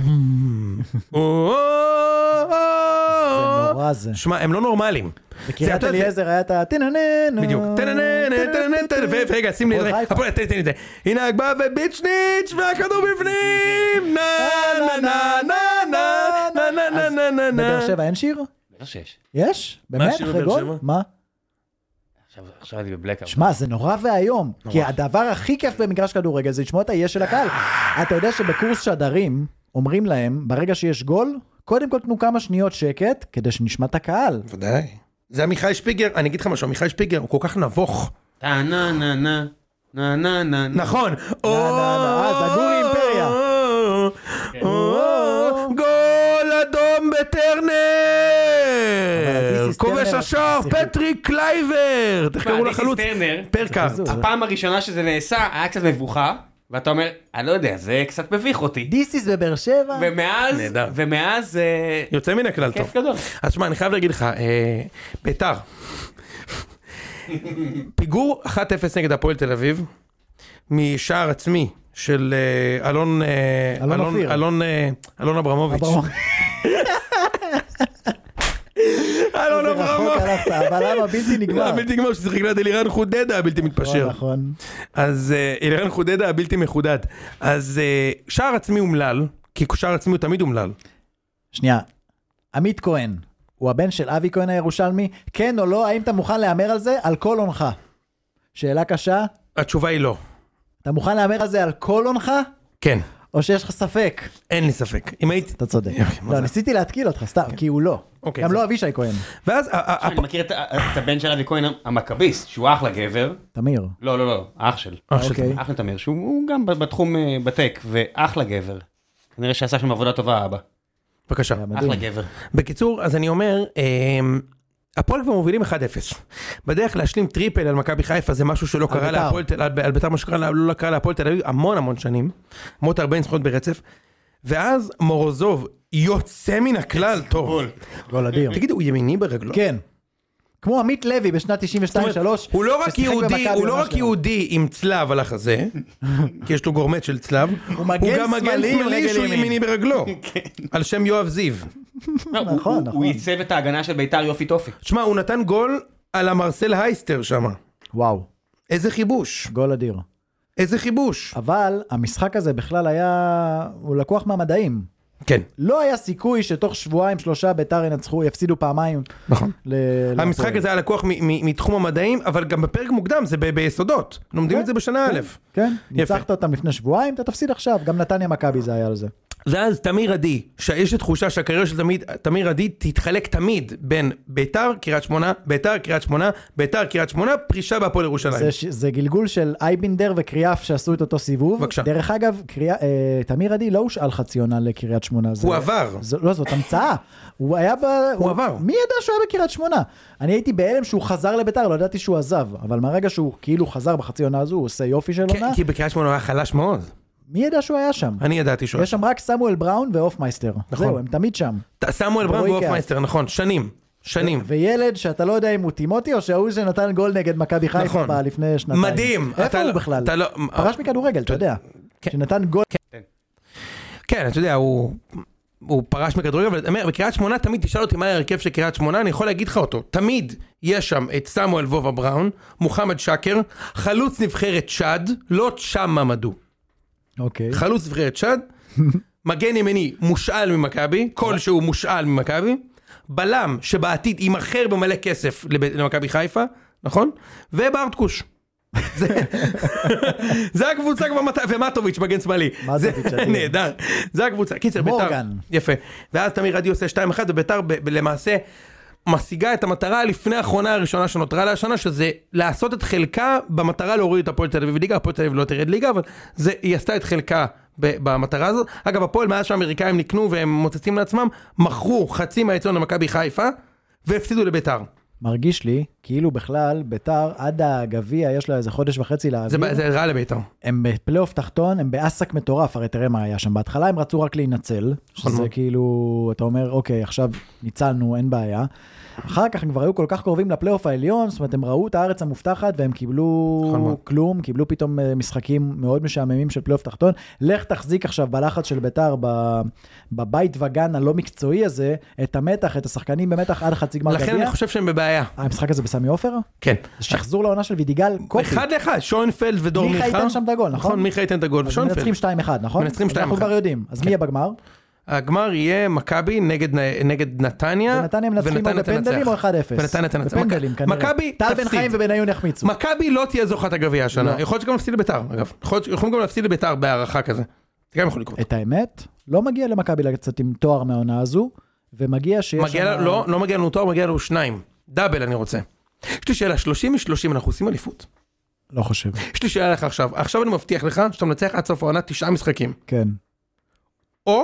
זה נורא זה. שמע, הם לא נורמליים. בקריית אליעזר היה את הטנננו. בדיוק. ורגע, שים לי את זה. הפועל, תן לי את זה. הנה הגבה וביצ'ניץ' והכדור בפנים. נה נה נה נה נה נה נה נה נה. בבאר שבע אין שיר? לא שיש. יש? באמת? אחרי גול? מה? עכשיו אני בבלקאוט. שמע, זה נורא והיום. כי הדבר הכי כיף במגרש כדורגל זה לשמוע את היש של הקהל. אתה יודע שבקורס שדרים אומרים להם, ברגע שיש גול, קודם כל תנו כמה שניות שקט, כדי שנשמע את הקהל. ודאי. זה עמיחי שפיגר, אני אגיד לך משהו, עמיחי שפיגר הוא כל כך נבוך. נה נה נה נה נה נה נה. נכון. אה, זה הגורי אימפריה. גול אדום בטרנר. כובש השער, פטריק קלייבר. תחקרו לחלוץ. פרקה. הפעם הראשונה שזה נעשה, היה קצת מבוכה. ואתה אומר, אני לא יודע, זה קצת מביך אותי. דיסיס בבאר שבע. ומאז, ומאז... יוצא מן הכלל טוב. כיף גדול. אז שמע, אני חייב להגיד לך, ביתר, פיגור אחת אפס נגד הפועל תל אביב, משער עצמי של אלון... אלון אופיר. אלון אברמוביץ'. אלון אברמוביץ'. אבל למה בלתי נגמר? בלתי נגמר שצריך לקלט אלירן חודדה הבלתי מתפשר. נכון. אז אלירן חודדה הבלתי מחודד. אז שער עצמי אומלל, כי שער עצמי הוא תמיד אומלל. שנייה, עמית כהן, הוא הבן של אבי כהן הירושלמי, כן או לא, האם אתה מוכן לאמר על זה על כל עונך? שאלה קשה. התשובה היא לא. אתה מוכן לאמר על זה על כל עונך? כן. או שיש לך ספק? אין לי ספק. אם היית... אתה צודק. לא, ניסיתי להתקיל אותך, סתם, כי הוא לא. גם לא אבישי כהן. ואז... אני מכיר את הבן של אבי כהן, המכביסט, שהוא אחלה גבר. תמיר. לא, לא, לא, אח של. אח של תמיר. אח של תמיר, שהוא גם בתחום בטק, ואחלה גבר. כנראה שעשה שם עבודה טובה, אבא. בבקשה. אחלה גבר. בקיצור, אז אני אומר... הפועל כבר מובילים אחד אפס. בדרך להשלים טריפל על מכבי חיפה זה משהו שלא קרה להפועל תל אביב, על ביתר מה שקרה לא קרה להפועל תל אביב המון המון שנים, מות הרבה ניצחונות ברצף, ואז מורוזוב יוצא מן הכלל טוב. גול אדיר. תגיד, הוא ימיני ברגלו? כן. כמו עמית לוי בשנת תשעים ושתיים שלוש. הוא לא רק יהודי, הוא לא רק יהודי עם צלב על החזה, כי יש לו גורמט של צלב, הוא גם מגן שמאלי שהוא ימיני ברגלו, על שם יואב זיו. נכון, נכון. הוא ייצב את ההגנה של ביתר יופי טופי. תשמע, הוא נתן גול על המרסל הייסטר שם. וואו. איזה חיבוש. גול אדיר. איזה חיבוש. אבל המשחק הזה בכלל היה, הוא לקוח מהמדעים. כן. לא היה סיכוי שתוך שבועיים שלושה ביתר ינצחו, יפסידו פעמיים. נכון. המשחק הזה היה לקוח מתחום המדעים, אבל גם בפרק מוקדם זה ביסודות. לומדים את זה בשנה א'. כן, ניצחת אותם לפני שבועיים, אתה תפסיד עכשיו. גם נתניה מכבי זה היה על זה. ואז תמיר עדי, שיש לי תחושה שהקריירה של תמיד, תמיר עדי תתחלק תמיד בין ביתר, קריית שמונה, ביתר, קריית שמונה, ביתר, קריית שמונה, פרישה בהפועל ירושלים. זה, זה גלגול של אייבינדר וקריאף שעשו את אותו סיבוב. בבקשה. דרך אגב, קריאה, אה, תמיר עדי לא הושאל חצי עונה לקריית שמונה. הוא זה, עבר. זה, לא, זאת המצאה. הוא היה ב... הוא, הוא עבר. מי ידע שהוא היה בקריית שמונה? אני הייתי בהלם שהוא חזר לביתר, לא ידעתי שהוא עזב. אבל מהרגע שהוא כאילו חזר בחצי עונה הזו, הוא עושה יופי של עונה. כי בקריית שמונה הוא היה חלש מאוד. מי ידע שהוא היה שם? אני ידעתי שהוא. יש שם רק סמואל בראון ואופמייסטר. נכון. זהו, הם תמיד שם. סמואל בראון ואופמייסטר, נכון, שנים. שנים. וילד שאתה לא יודע אם הוא טימותי או שהוא שנתן גול נגד מכבי חיפה נכון. לפני שנתיים. מדהים. איפה הוא בכלל? לא... פרש מכדורגל, אתה יודע. כן. שנתן גול. כן. כן, אתה יודע, הוא... הוא פרש מכדורגל, אבל אומר, בקריית שמונה תמיד תשאל אותי מה ההרכב של קריית שמונה, אני יכול להגיד לך אותו. תמיד יש שם את סמואל וובה בראון, מוחמד שקר, חלוץ נבחרת שד, לא שם ממדו. אוקיי. חלוץ נבחרת שד, מגן ימני מושאל ממכבי, כלשהו מושאל ממכבי, בלם שבעתיד ימכר במלא כסף למכבי חיפה, נכון? וברטקוש. זה הקבוצה כבר מתי, ומטוביץ' מגן שמאלי. זה נהדר. זה הקבוצה. קיצר, ביתר. יפה. ואז תמיר עדי עושה שתיים אחת, וביתר למעשה משיגה את המטרה לפני האחרונה הראשונה שנותרה לה השנה, שזה לעשות את חלקה במטרה להוריד את הפועל תל אביב ליגה. הפועל תל אביב לא תרד ליגה, אבל היא עשתה את חלקה במטרה הזאת. אגב, הפועל מאז שהאמריקאים נקנו והם מוצצים לעצמם, מכרו חצי מהיצון למכבי חיפה, והפסידו לביתר. מרגיש לי, כאילו בכלל, ביתר עד הגביע, יש לה איזה חודש וחצי להעביר. זה רע לביתר. הם בפלייאוף תחתון, הם בעסק מטורף, הרי תראה מה היה שם. בהתחלה הם רצו רק להינצל, שזה כאילו, אתה אומר, אוקיי, עכשיו ניצלנו, אין בעיה. אחר כך הם כבר היו כל כך קרובים לפלייאוף העליון, זאת אומרת, הם ראו את הארץ המובטחת, והם קיבלו כלום, קיבלו פתאום משחקים מאוד משעממים של פלייאוף תחתון. לך תחזיק עכשיו בלחץ של ביתר, בבית וגן הלא מקצועי הזה, את המתח, את השחקנים במתח עד חצי גמר גביע. לכן אני חושב שהם בבעיה. המשחק הזה בסמי עופר? כן. שחזור לעונה של וידיגל קופי. אחד לאחד, שוינפלד ודור מיכה. מיכה ייתן שם את הגול, נכון? נכון, מיכה ייתן את הגול. אז מנצחים שתיים אחד, נכון? מנצחים שתיים אחד. אנחנו כבר יודעים. אז מי יהיה בגמר? הגמר יהיה מכבי נגד, נגד נתניה. ונתניה מנצחים או בפנדלים או אחד אפס. ונתניה תנצח. בפנדלים כנראה. מכבי טל בן חיים ובן עיון יחמיצו. מכבי לא תהיה זוכת הגביע השנה. לא. יכול להיות שגם נפסיד לביתר, אגב. יכולים גם להפסיד לביתר בהערכה כזה. זה גם יכול לקרות. את האמת, לא מגיע למכבי לצאת עם תואר מהעונה הזו, ומגיע שיש... מגיע, לא, לא מגיע לנו תואר, מגיע לנו שניים. דאבל אני רוצה. יש לי שאלה, שלושים מ-שלושים אנחנו עושים אליפות. לא חושב. יש לי שאלה לך עכשיו. עכשיו אני מבטיח לך שאתה מנצח עד סוף העונה תשעה משחקים. כן. או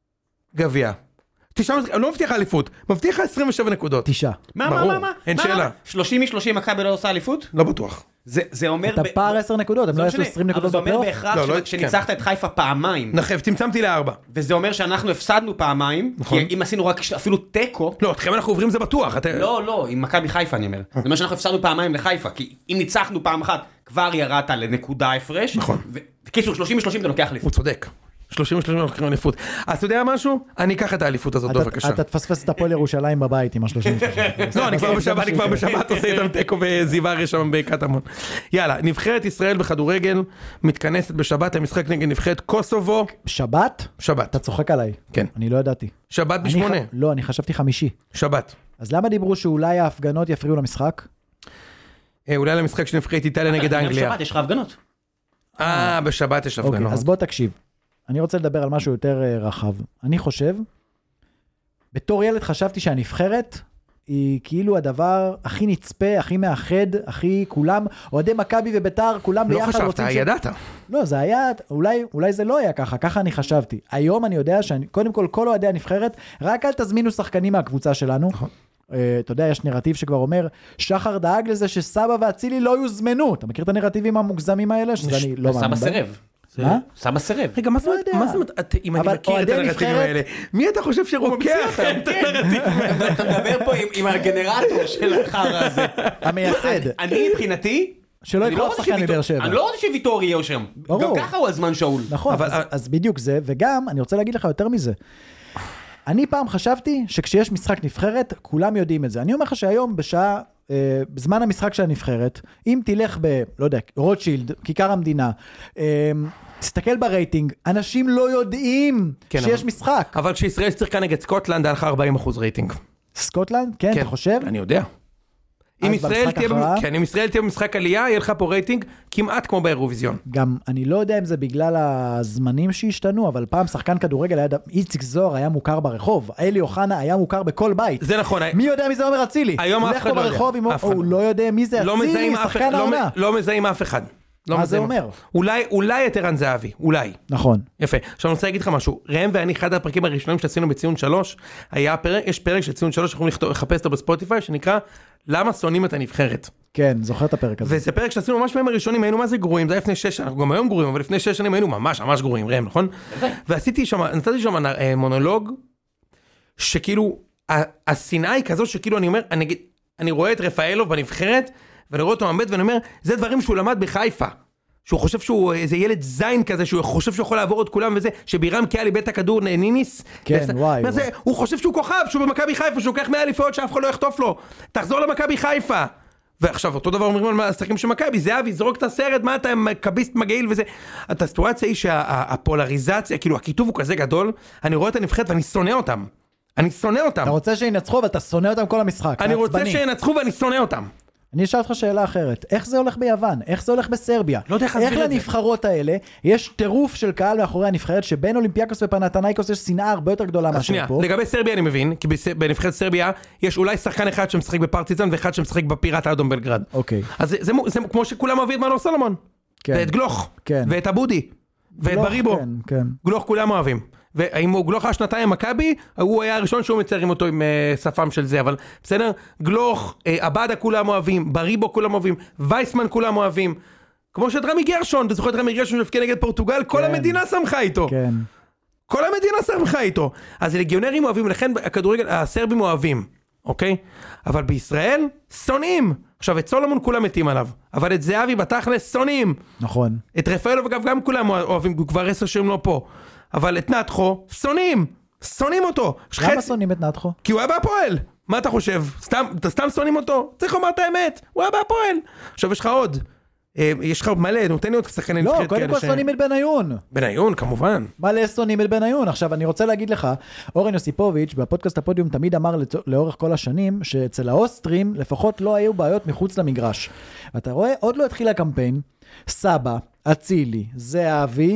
גביע. תשעה משחקים, אני לא מבטיח אליפות. מבטיח לך עשרים ושבע נקודות. תשעה. מה, מה, מה, מה? אין שאלה. שלושים מ-שלושים מכבי לא עושה אליפות? לא בטוח. זה, זה אומר... אתה פער עשר נקודות, הם לא יעשו עשרים נקודות בפלייאוף. אבל זה אומר בהכרח שניצחת את חיפה פעמיים. נכון, צמצמתי לארבע. וזה אומר שאנחנו הפסדנו פעמיים, כי אם עשינו רק אפילו טקו... לא, אתכם אנחנו עוברים זה בטוח. לא, לא, עם מכבי חיפה אני אומר. זה אומר שאנחנו הפסדנו פעמיים לחיפה, כי אם ניצחנו פעם אחת, כבר ירדת לנקודה הפרש. נכון. וקיצור, שלושים מ-שלושים אתה לוקח אליפות. הוא צודק. שלושים ושלושים אנחנו קוראים אליפות. אז אתה יודע משהו? אני אקח את האליפות הזאת, בבקשה. אתה תפספס את הפועל ירושלים בבית עם ה-שלושים ושלושים. לא, אני כבר בשבת, אני כבר בשבת עושה איתם טקו וזיוור שם בקטמון. יאללה, נבחרת ישראל בכדורגל מתכנסת בשבת למשחק נגד נבחרת קוסובו. שבת? שבת. אתה צוחק עליי. כן. אני לא ידעתי. שבת בשמונה. לא, אני חשבתי חמישי. שבת. אז למה דיברו שאולי ההפגנות יפריעו למשחק? אולי למשחק של נבחרת איטליה נגד אנגליה. בשבת יש לך הפגנות. אה, בשבת יש הפגנות. אז בוא תקשיב. אני רוצה לדבר על משהו יותר רחב. אני חושב, בתור ילד חשבתי שהנבחרת היא כאילו הדבר הכי נצפה, הכי מאחד, הכי כולם, אוהדי מכבי וביתר, כולם ביחד. לא חשבת, ידעת. לא, זה היה, אולי, אולי זה לא היה ככה, ככה אני חשבתי. היום אני יודע שקודם כל, כל אוהדי הנבחרת, רק אל תזמינו שחקנים מהקבוצה שלנו. נכון. אתה יודע, יש נרטיב שכבר אומר, שחר דאג לזה שסבא ואצילי לא יוזמנו. אתה מכיר את הנרטיבים המוגזמים האלה? שזה אני לא מאמין. סבא סירב. מה? סבא סירב. רגע, מה זאת אומרת, אם אני מכיר את הנרטיבים האלה, מי אתה חושב שרוקח את הנרטיבים האלה? אתה מדבר פה עם הגנרטור של החרא הזה. המייסד. אני מבחינתי, שלא יקרוא שחקן מבאר שבע. אני לא רוצה שוויטור יהיה שם. גם ככה הוא הזמן שאול. נכון, אז בדיוק זה, וגם, אני רוצה להגיד לך יותר מזה. אני פעם חשבתי שכשיש משחק נבחרת, כולם יודעים את זה. אני אומר לך שהיום בשעה, אה, בזמן המשחק של הנבחרת, אם תלך ב, לא יודע, רוטשילד, כיכר המדינה, אה, תסתכל ברייטינג, אנשים לא יודעים כן, שיש אבל, משחק. אבל כשישראל שיחקה נגד סקוטלנד, היה לך ארבעים אחוז רייטינג. סקוטלנד? כן, כן, אתה חושב? אני יודע. אם ישראל, תהיה, כן, אם ישראל תהיה במשחק עלייה, יהיה לך פה רייטינג כמעט כמו באירוויזיון. גם, אני לא יודע אם זה בגלל הזמנים שהשתנו, אבל פעם שחקן כדורגל היה, איציק זוהר היה מוכר ברחוב, אלי אוחנה היה מוכר בכל בית. זה נכון. מי יודע מי זה עומר אצילי? היום אף אחד לא יודע. הוא לא יודע מי זה אצילי, שחקן העונה. לא מזהים אף אחד. מה זה אומר? אולי, אולי את ערן זהבי, אולי. נכון. יפה. עכשיו אני רוצה להגיד לך משהו. ראם ואני, אחד הפרקים הראשונים שעשינו בציון שלוש, היה פרק, יש פרק של ציון שלוש, יכולים לחפש אותו בספוטיפיי, שנקרא, למה שונאים את הנבחרת? כן, זוכר את הפרק הזה. וזה פרק שעשינו ממש מהם הראשונים, היינו מה זה גרועים, זה היה לפני שש, אנחנו גם היום גרועים, אבל לפני שש שנים היינו ממש ממש גרועים, ראם, נכון? ועשיתי שם, נתתי שם מונולוג, שכאילו, השנאה היא כזו שכאילו אני אומר, אני, אני רואה את רפאלוב בנבחרת, ואני רואה אותו עומד ואני אומר, זה דברים שהוא למד בחיפה. שהוא חושב שהוא איזה ילד זין כזה, שהוא חושב שהוא יכול לעבור את כולם וזה, שבירם קיאלי בית הכדור ניניס. כן, וואי. וזה, הוא חושב שהוא כוכב, שהוא במכבי חיפה, שהוא לוקח מאה אליפויות שאף אחד לא יחטוף לו. תחזור למכבי חיפה. ועכשיו, אותו דבר אומרים על השחקים של מכבי, זהבי, זרוק את הסרט, מה אתה קביסט מגעיל וזה. הסיטואציה היא שהפולריזציה, כאילו הכיתוב הוא כזה גדול, אני רואה את הנבחרת ואני שונא אותם. אני שונא אותם. אתה רוצה שינצחו, אבל אתה שונא אותם כל המשחק. אני רוצה שינצחו ואני שונא אותם. אני אשאל אותך שאלה אחרת, איך זה הולך ביוון? איך זה הולך בסרביה? לא יודע איך להסביר את זה. איך לנבחרות האלה, יש טירוף של קהל מאחורי הנבחרת, שבין אולימפיאקוס ופנתנייקוס יש שנאה הרבה יותר גדולה מאשר פה. לגבי סרביה אני מבין, כי בנבחרת סרביה יש אולי שחקן אחד שמשחק בפרטיזן, ואחד שמשחק בפיראט האדום בלגרד. אוקיי. אז זה כמו שכולם אוהבים את מנור סולומון. ואת גלוך, ואת אבודי, ואת בריבו. גלוך כולם אוהבים. ואם הוא גלוך היה שנתיים מכבי, הוא היה הראשון שהוא מציירים אותו עם uh, שפם של זה, אבל בסדר, גלוך, uh, אבדה כולם אוהבים, בריבו כולם אוהבים, וייסמן כולם אוהבים, כמו שדרמי גרשון, אתה זוכר את דרמי גרשון שהפקיע נגד פורטוגל, כן. כל המדינה שמחה איתו. כן. כל המדינה שמחה איתו. אז לגיונרים אוהבים, לכן הכדורגל, הסרבים אוהבים, אוקיי? אבל בישראל, שונאים. עכשיו, את סולומון כולם מתים עליו, אבל את זהבי בתכלס שונאים. נכון. את רפאלוב, אגב, גם כולם אוהבים, הוא כבר עשר שנים לא פה. אבל את נתחו, שונאים. שונאים אותו. למה שונאים את נתחו? כי הוא היה בהפועל. מה אתה חושב? סתם, אתה סתם שונאים אותו? צריך לומר את האמת. הוא היה בהפועל. עכשיו, יש לך עוד. יש לך מלא, נותן לי עוד שחקנים לא, קודם כל שונאים את בניון. בניון, כמובן. מלא שונאים את בניון. עכשיו, אני רוצה להגיד לך, אורן יוסיפוביץ' בפודקאסט הפודיום תמיד אמר לאורך כל השנים, שאצל האוסטרים לפחות לא היו בעיות מחוץ למגרש. ואתה רואה, עוד לא התחיל הקמפיין, סבא, אצילי, זהבי,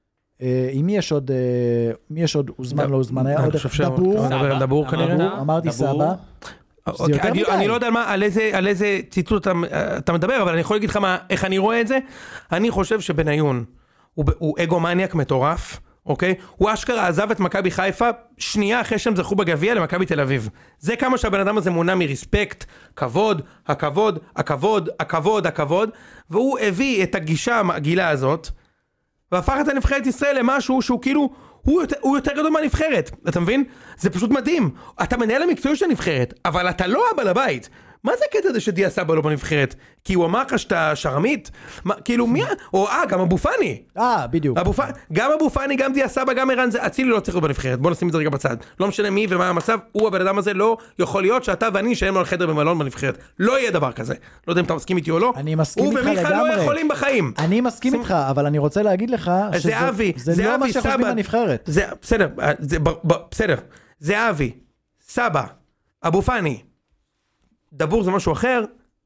עם מי יש עוד, מי יש עוד, הוזמן לא הוזמן, היה עוד דבור, דבור כנראה, אמרתי סבא. אני לא יודע על איזה ציטוט אתה מדבר, אבל אני יכול להגיד לך איך אני רואה את זה. אני חושב שבניון הוא אגומניאק מטורף, אוקיי? הוא אשכרה עזב את מכבי חיפה שנייה אחרי שהם זכו בגביע למכבי תל אביב. זה כמה שהבן אדם הזה מונע מרספקט, כבוד, הכבוד, הכבוד, הכבוד, הכבוד, והוא הביא את הגישה המעגילה הזאת, והפך את הנבחרת ישראל למשהו שהוא כאילו, הוא יותר, הוא יותר גדול מהנבחרת, אתה מבין? זה פשוט מדהים. אתה מנהל המקצועי של הנבחרת, אבל אתה לא הבא לבית. מה זה הקטע הזה שדיה סבא לא בנבחרת? כי הוא אמר לך שאתה שרמית? מה, כאילו מי? או אה, גם אבו פאני. אה, בדיוק. אבו פאני, גם אבו פאני, גם דיה סבא, גם ערן, אצילי לא צריך להיות בנבחרת. בוא נשים את זה רגע בצד. לא משנה מי ומה המצב, הוא הבן אדם הזה לא יכול להיות שאתה ואני נשארים לו על חדר במלון בנבחרת. לא יהיה דבר כזה. לא יודע אם אתה מסכים איתי או לא. אני מסכים איתך לגמרי. הוא ומיכה לא יכולים בחיים. אני מסכים איתך, אבל אני רוצה להגיד לך שזה זה לא מה שחושבים בנבחרת. זה בסדר, זה בסדר. זה אבי, סבא, אבו פאני. דבור זה משהו אחר.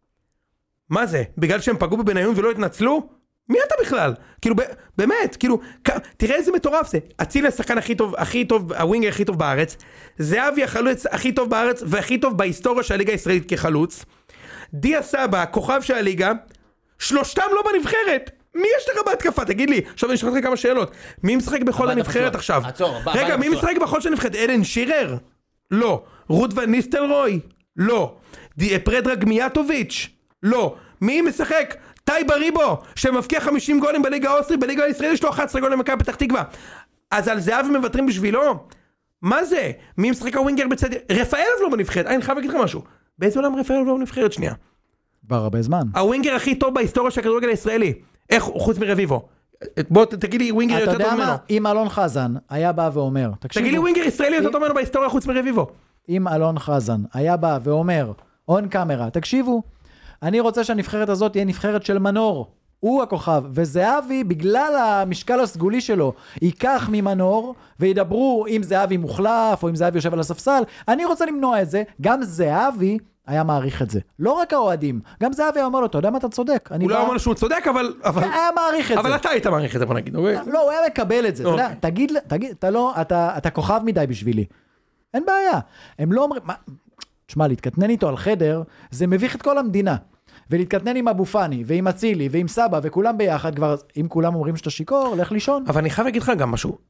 מה זה? בגלל שהם פגעו בבניון ולא התנצלו? מי אתה בכלל? כאילו באמת, כאילו תראה איזה מטורף זה. אצילי השחקן הכי טוב, הכי טוב, הווינגר הכי טוב בארץ. זהבי החלוץ הכי טוב בארץ והכי טוב בהיסטוריה של הליגה הישראלית כחלוץ. דיה סבא, הכוכב של הליגה, שלושתם לא בנבחרת. מי יש לך בהתקפה? תגיד לי. עכשיו אני אשאל אותך כמה שאלות. מי משחק בכל הנבחרת עכשיו? רגע, מי משחק בכל הנבחרת? אלן שירר? לא. רות ון ניסטלרוי? לא. פרדרג מיאטוביץ'? לא. מי משחק? טי בריבו, שמבקיע חמישים גולים בליגה האוסטרית, בליגה הישראלית יש לו אחת עשרה גולים במכבי פתח תקווה. אז על זהב מוותרים בשבילו? מה זה? מי משחק הווינגר בצד? רפאלוב לא בנבחרת. אני חייב להגיד לך משהו. באיזה עולם רפאלוב לא בנבחרת שנייה? כבר הרבה זמן. הווינגר הכי טוב בהיסטוריה של הכדורגל הישראלי. איך, חוץ מרביבו? בוא תגיד לי ווינגר יותר טוב ממנו. אתה יודע מה? אם אלון חזן היה בא ואומר, תגיד לי ווינגר ישראלי יותר טוב ממנו בהיסטוריה חוץ מרביבו. אם אלון חזן היה בא ואומר, און קאמרה, תקשיבו, אני רוצה שהנבחרת הזאת תהיה נבחרת של מנור. הוא הכוכב, וזהבי, בגלל המשקל הסגולי שלו, ייקח ממנור, וידברו אם זהבי מוחלף, או אם זהבי יושב על הספסל. אני רוצה למנוע את זה. גם זהבי היה מעריך את זה. לא רק האוהדים. גם זהבי אמר לו, אתה יודע מה אתה צודק? הוא לא אמר שהוא צודק, אבל... היה מעריך את זה. אבל אתה היית מעריך את זה, בוא נגיד. לא, הוא היה מקבל את זה. אתה יודע, תגיד, תגיד, אתה לא, אתה כוכב מדי בשבילי. אין בעיה. הם לא אומרים... תשמע, להתקטנן איתו על חדר, זה מביך את כל המדינה. ולהתקטנן עם אבו פאני, ועם אצילי, ועם סבא, וכולם ביחד, כבר, אם כולם אומרים שאתה שיקור, לך לישון. אבל אני חייב להגיד לך גם משהו.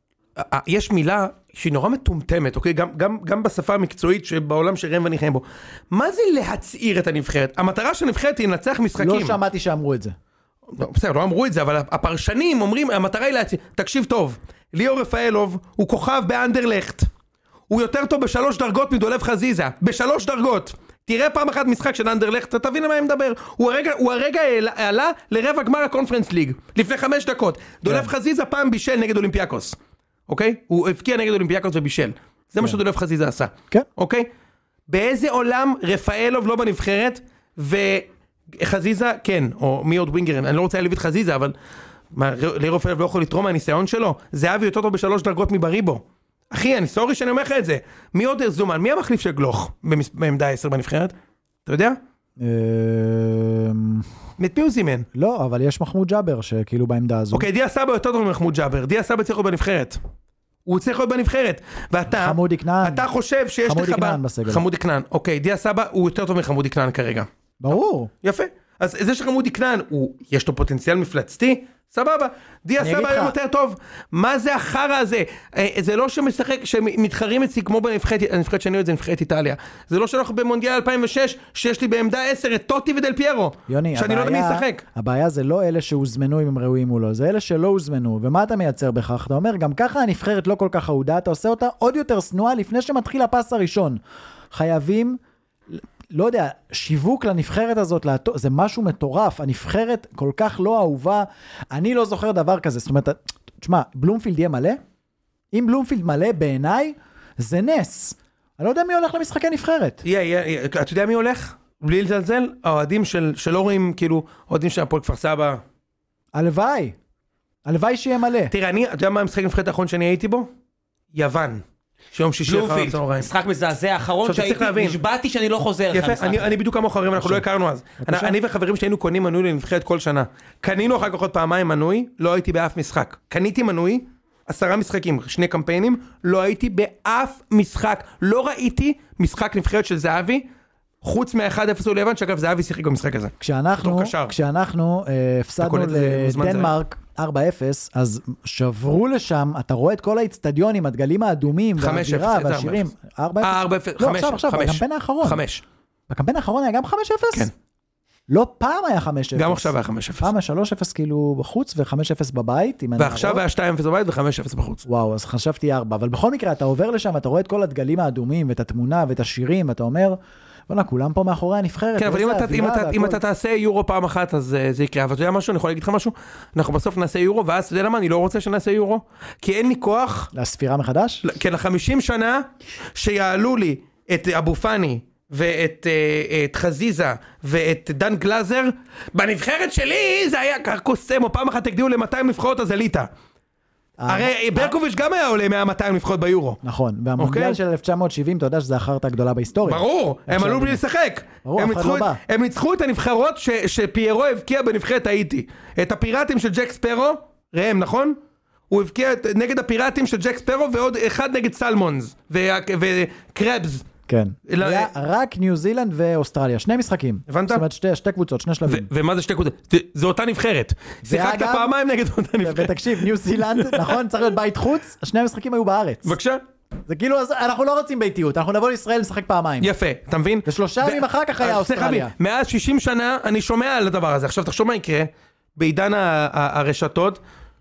יש מילה שהיא נורא מטומטמת, אוקיי? גם, גם, גם בשפה המקצועית שבעולם שרם ואני חיים בו. מה זה להצעיר את הנבחרת? המטרה של הנבחרת היא לנצח משחקים. לא שמעתי שאמרו את זה. בסדר, לא אמרו את זה, אבל הפרשנים אומרים, המטרה היא להצעיר. תקשיב טוב, ליאור רפאלוב הוא כוכב באנדרלכט. הוא יותר טוב בשלוש דרגות מדולב חזיזה. בשלוש דרגות. תראה פעם אחת משחק של אנדרלכט, אתה תבין למה אני מדבר. הוא הרגע, הוא הרגע עלה לרבע גמר הקונפרנס ליג, לפני חמש דקות. דולב חזיזה פעם בישל נגד אולימפיאקוס. אוקיי? הוא הפקיע נגד אולימפיאקוס ובישל. זה מה שדולב חזיזה עשה. כן. אוקיי? באיזה עולם רפאלוב לא בנבחרת, וחזיזה, כן, או מי עוד ווינגרן, אני לא רוצה להביא את חזיזה, אבל ליאור רפאלוב לא יכול לתרום מהניסיון שלו, זהבי יותר טוב בשלוש דרגות מבריבו. אחי, אני סורי שאני אומר לך את זה. מי עוד זומן? מי המחליף של גלוך בעמדה עשר בנבחרת? אתה יודע? את מי הוא זימן? לא, אבל יש מחמוד ג'אבר שכאילו בעמדה הזו. אוקיי, דיה סבא יותר טוב ממחמוד ג'אבר. דיה סבא צריך להיות בנבחרת. הוא צריך להיות בנבחרת. ואתה... חמודי כנען. אתה חושב שיש לך... חמודי כנען בסגל. חמודי כנען. אוקיי, דיה סבא הוא יותר טוב מחמודי כנען כרגע. ברור. יפה. אז זה שחמודי כנען, יש לו פוטנציאל מפלצתי, סבבה, דיה אני סבא אגיד היום לך- יותר טוב, מה זה החרא הזה? אה, זה לא שמשחק, שמתחרים אצלי כמו בנבחרת, הנבחרת שאני יודעת זה נבחרת איטליה, זה לא שאנחנו במונדיאל אלפיים ושש, שיש לי בעמדה עשר את טוטי ודל פיירו, יוני, שאני לא יודע מי הבעיה- ישחק. הבעיה זה לא אלה שהוזמנו אם הם ראויים או לא, זה אלה שלא הוזמנו, ומה אתה מייצר בכך? אתה אומר, גם ככה הנבחרת לא כל כך אהודה, אתה עושה אותה עוד יותר סנועה לפני שמתחיל הפס הראשון. חייבים, לא יודע, שיווק לנבחרת הזאת, לעתו, זה משהו מטורף, הנבחרת כל כך לא אהובה, אני לא זוכר דבר כזה, זאת אומרת, תשמע, בלומפילד יהיה מלא? אם בלומפילד מלא בעיניי, זה נס. אני לא יודע מי הולך למשחקי נבחרת. יהיה, יהיה, אתה יודע מי הולך? בלי לזלזל, האוהדים של, שלא רואים, כאילו, אוהדים של הפועל כפר סבא. הלוואי. הלוואי שיהיה מלא. תראה, אני, אתה יודע מה המשחק נבחרת האחרון שאני הייתי בו? יוון. שיום שישי אחר בלומפילד, הצהריים. משחק מזעזע האחרון עכשיו, אתה צריך שהייתי, להבין. נשבעתי שאני לא חוזר. יפה, למשחק. אני, אני בדיוק כמה חברים, אנחנו לא הכרנו אז. אני, אני וחברים שלנו קונים מנוי לנבחרת כל שנה. קנינו אחר כך עוד פעמיים מנוי, לא הייתי באף משחק. קניתי מנוי, עשרה משחקים, שני קמפיינים, לא הייתי באף משחק. לא ראיתי משחק נבחרת של זהבי, חוץ מה-אחד אפס הוא ליוון, שאגב זהבי שיחק במשחק הזה. כשאנחנו, בתור קשר. כשאנחנו אה, הפסדנו קולט את זה בזמן זה. לדנמרק ארבע אפס, אז שברו לשם, אתה רואה את כל האצטדיונים, הדגלים האדומים, חמש והאווירה אפס, זה והשירים. ארבע אפס. אה, ארבע אפס, לא, חמש, עכשיו, עכשיו, חמש. בקמפיין האחרון. חמש. בקמפיין האחרון היה גם חמש אפס? כן. לא פעם היה חמש אפס. גם עכשיו היה חמש אפס. פעם היה שלוש אפס כאילו בחוץ, ו-חמש אפס בבית. אם אני ועכשיו אראה. היה שתיים אפס בבית ו-חמש אפס בחוץ. וואו, אז חשבתי ארבע, אבל בכל מקרה, אתה עובר לשם, אתה רואה את כל הדגלים האדומים, ואת התמונה, ואת השירים, ואתה אומר, בוא'נה, כולם פה מאחורי הנבחרת. כן, אבל אם ואיזה אתה, אם, אווירה אתה, אם והכל. אתה תעשה יורו פעם אחת, אז uh, זה יקרה. אבל אתה יודע משהו? אני יכול להגיד לך משהו? אנחנו בסוף נעשה יורו, ואז אתה יודע למה? אני לא רוצה שנעשה יורו, כי אין לי כוח, לספירה מחדש? כן, ל-חמישים שנה, שיעלו לי את אבו פני, ואת uh, את חזיזה, ואת דן גלזר, בנבחרת שלי זה היה קוסם, או פעם אחת תגדיעו ל-מאתיים נבחרות, אז עלית. הרי ברקוביץ' גם היה עולה מה-מאתיים נבחרות ביורו. נכון, והמונדיאל אוקיי. של אלף תשע מאות שבעים, אתה יודע שזה החרטא הגדולה בהיסטוריה. ברור, הם עכשיו, עלו בלי לשחק. ברור, הם אף אחד ניצחו לא את- בא. הם ניצחו את הנבחרות ש- שפיירו הבקיע בנבחרת האיטי. את הפיראטים של ג'ק ספרו, ראם, נכון? הוא הבקיע את- נגד הפיראטים של ג'ק ספרו ועוד אחד נגד סלמונס ו- וקרבס. כן. לא, היה אה, רק ניו זילנד ואוסטרליה, שני משחקים. הבנת? זאת אומרת, שתי, שתי קבוצות, שני ו- שלבים. ומה זה שתי קבוצות? זה- זה אותה נבחרת. שיחקת ואגב- פעמיים נגד אותה נבחרת. ותקשיב, ניו זילנד, נכון, צריך להיות בית חוץ, שני המשחקים היו בארץ. בבקשה. זה כאילו, אז אנחנו לא רוצים ביתיות, אנחנו נבוא לישראל לשחק פעמיים. יפה, אתה מבין? ושלושה ו- ימים אחר כך היה אז צריך אוסטרליה. להבין, מאז שישים שנה אני שומע על הדבר הזה. עכשיו תחשוב מה יקרה בעידן ה- ה- הרשתות,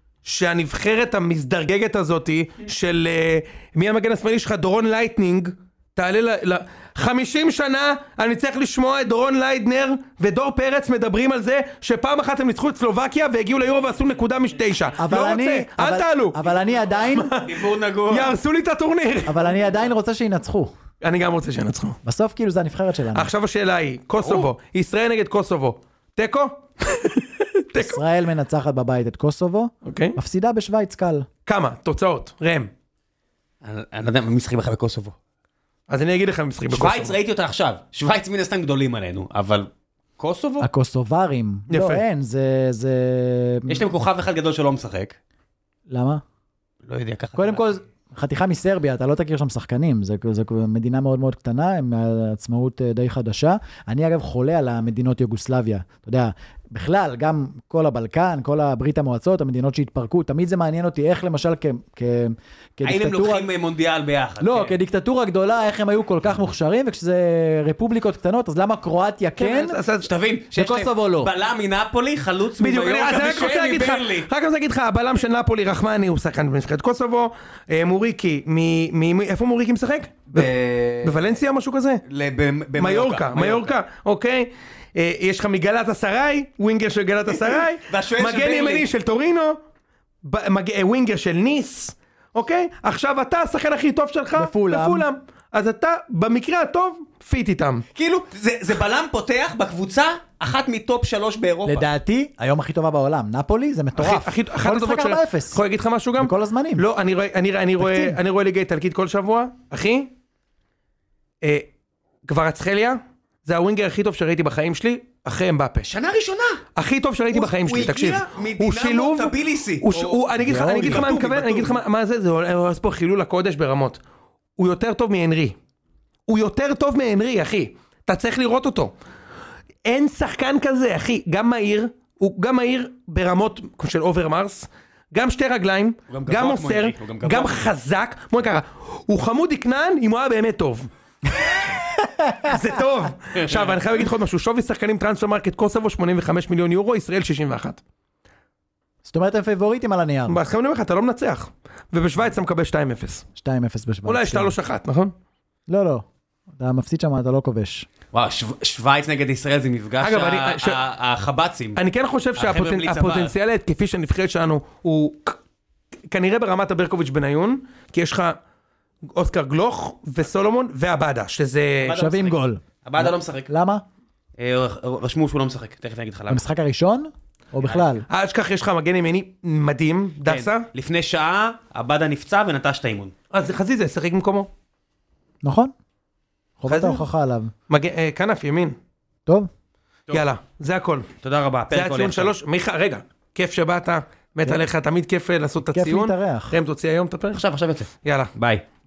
שהנבחרת המזדרגגת הזאת של אה, מי המגן השמאלי שלך, דורון לייטנינג, תעלה ל... ל- חמישים שנה אני צריך לשמוע את דורון ליידנר ודור פרץ מדברים על זה שפעם אחת הם ניצחו את סלובקיה והגיעו ליורו ועשו נקודה משתישה. אבל לא אני, רוצה, אל אבל- תעלו. אבל אני עדיין, דיבור נגוע. יהרסו לי את הטורניר. אבל אני עדיין רוצה שינצחו. אני גם רוצה שינצחו. בסוף כאילו זה הנבחרת שלנו. עכשיו השאלה היא, קוסובו, ישראל נגד קוסובו, תיקו? תיקו. ישראל מנצחת בבית את קוסובו, אוקיי. מפסידה בשוויץ קל. כמה? תוצאות, ראם. אני אני לא יודע מה משחקים בכלל בקוסובו. אז אני אגיד לך משחקים בקוסובו. שוויץ ראיתי אותה עכשיו. שוויץ מן הסתם גדולים עלינו, אבל קוסובו? הקוסוברים. יפה. לא, אין, זה... זה... יש להם כוכב אחד גדול שלא משחק. למה? לא יודע ככה. קודם כל, חתיכה מסרביה, אתה לא תכיר שם שחקנים, זה, זה מדינה מאוד מאוד קטנה, עם עצמאות די חדשה. אני אגב חולה על המדינות יוגוסלביה, אתה יודע, בכלל, גם כל הבלקן, כל הברית המועצות, המדינות שהתפרקו, תמיד זה מעניין אותי איך למשל כ, כ, האם הם כדיקטטורה... לוקחים מונדיאל ביחד? לא, כן. כדיקטטורה גדולה, איך הם היו כל כך מוכשרים, וכשזה רפובליקות קטנות, אז למה קרואטיה כן? אז- אז- שתבין, שיש וקוסובו להם לא. בלם מנפולי, חלוץ בדיוק, אני מביורקה אז אני רק רוצה ושם להגיד לך, מברלי. רק רוצה להגיד לך, הבלם של נפולי, רחמני, הוא שחקן בנבחרת קוסובו, אה, מוריקי, מ- מ- מ- איפה מוריקי משחק? ב- בוולנסיה, משהו כזה? ל- ב- מיורקה, מיורקה, אוקיי. אה, יש לך מגלת אסריי, ווינגר של גלת אסריי, והשוער של מגן ברלי. ימני של טורינו, ב- מג- אה, ווינגר של ניס, אוקיי? עכשיו אתה השחקן הכי טוב שלך, בפולאם. בפולאם. אז אתה, במקרה הטוב, פיט איתם. כאילו, זה זה בלם פותח בקבוצה, אחת מטופ שלוש באירופה. לדעתי, היום הכי טובה בעולם. נפולי זה מטורף. הכי- הכי- אחת כל הטובות משחק של... ארבע אפס. יכול להגיד לך משהו גם? בכל הזמנים. לא, אני רואה, אני, אני רואה, תקציב. אני רואה ליגה איטלקית כל שבוע, אחי. אה, גברצחליה, זה הווינגר הכי טוב שראיתי בחיים שלי, אחרי אמבפה. שנה ראשונה. הכי טוב שראיתי הוא- בחיים הוא שלי, תקשיב. הגיע הוא מדינמו שילוב, טביליסי. הוא ש- או- הוא- אני אגיד לך, אני אגיד לך מה אני בטובי, מתכוון, אני אגיד לך מה- מה זה, זה עושה פה חילול הקודש ברמות. הוא יותר טוב מהנרי. הוא יותר טוב מהנרי, אחי. אתה צריך לראות אותו. אין שחקן כזה, אחי. גם מהיר, הוא גם מהיר ברמות של אוברמרס, גם שתי רגליים, גם גם גבוה כמו מוסר, אנרי, הוא גם גבוה גם כמו חזק, בוא נקרא, הוא חמוד דקנן אם הוא היה באמת טוב. זה טוב. עכשיו, אני חייב להגיד לך עוד משהו, שווי שחקנים טרנספר מרקט קוסובו שמונים וחמישה מיליון יורו, ישראל שישים ואחת. זאת אומרת, הם פייבוריטים על הנייר. בהתחלה אני אומר לך, אתה לא מנצח. ובשוויץ אתה מקבל שתיים אפס. שתיים אפס בשוויץ. אולי שלוש אחת, נכון? לא, לא. אתה מפסיד שם, אתה לא כובש. וואו, שוויץ נגד ישראל זה מפגש אגב, אני- ש- החבצים. אני כן חושב החבר'ה בלי צבא. שהפוטנציאל ההתקפי של הנבחרת שלנו הוא כ- כנראה ברמת הברקוביץ' בניון, כי יש לך אוסקר גלוך וסולומון ועבדה, שזה... שווים משחק. גול. הבאדה לא משחק. למה? אה, רשמו שהוא לא משחק, תכף אני אגיד לך למה. במשחק הראשון? או בכלל? אה, אשכח, יש לך מגן ימני מדהים, דסה. כן. לפני שעה, הבאדה נפצע ונטש את האימון. אז חזיזה, שחק במקומו. נכון? חובת חזיר. ההוכחה עליו. מגן- אה, כנף, ימין. טוב? טוב. יאללה, זה הכל. תודה רבה. זה פרק הציון עולה עכשיו. שלוש. מיכה, רגע, כיף שבאת, מת כן. עליך, תמיד כיף לעשות את כיף הציון. להתארח. ראם, תוציא היום את הפרק? עכשיו, עכשיו יוצא. יאללה. ביי.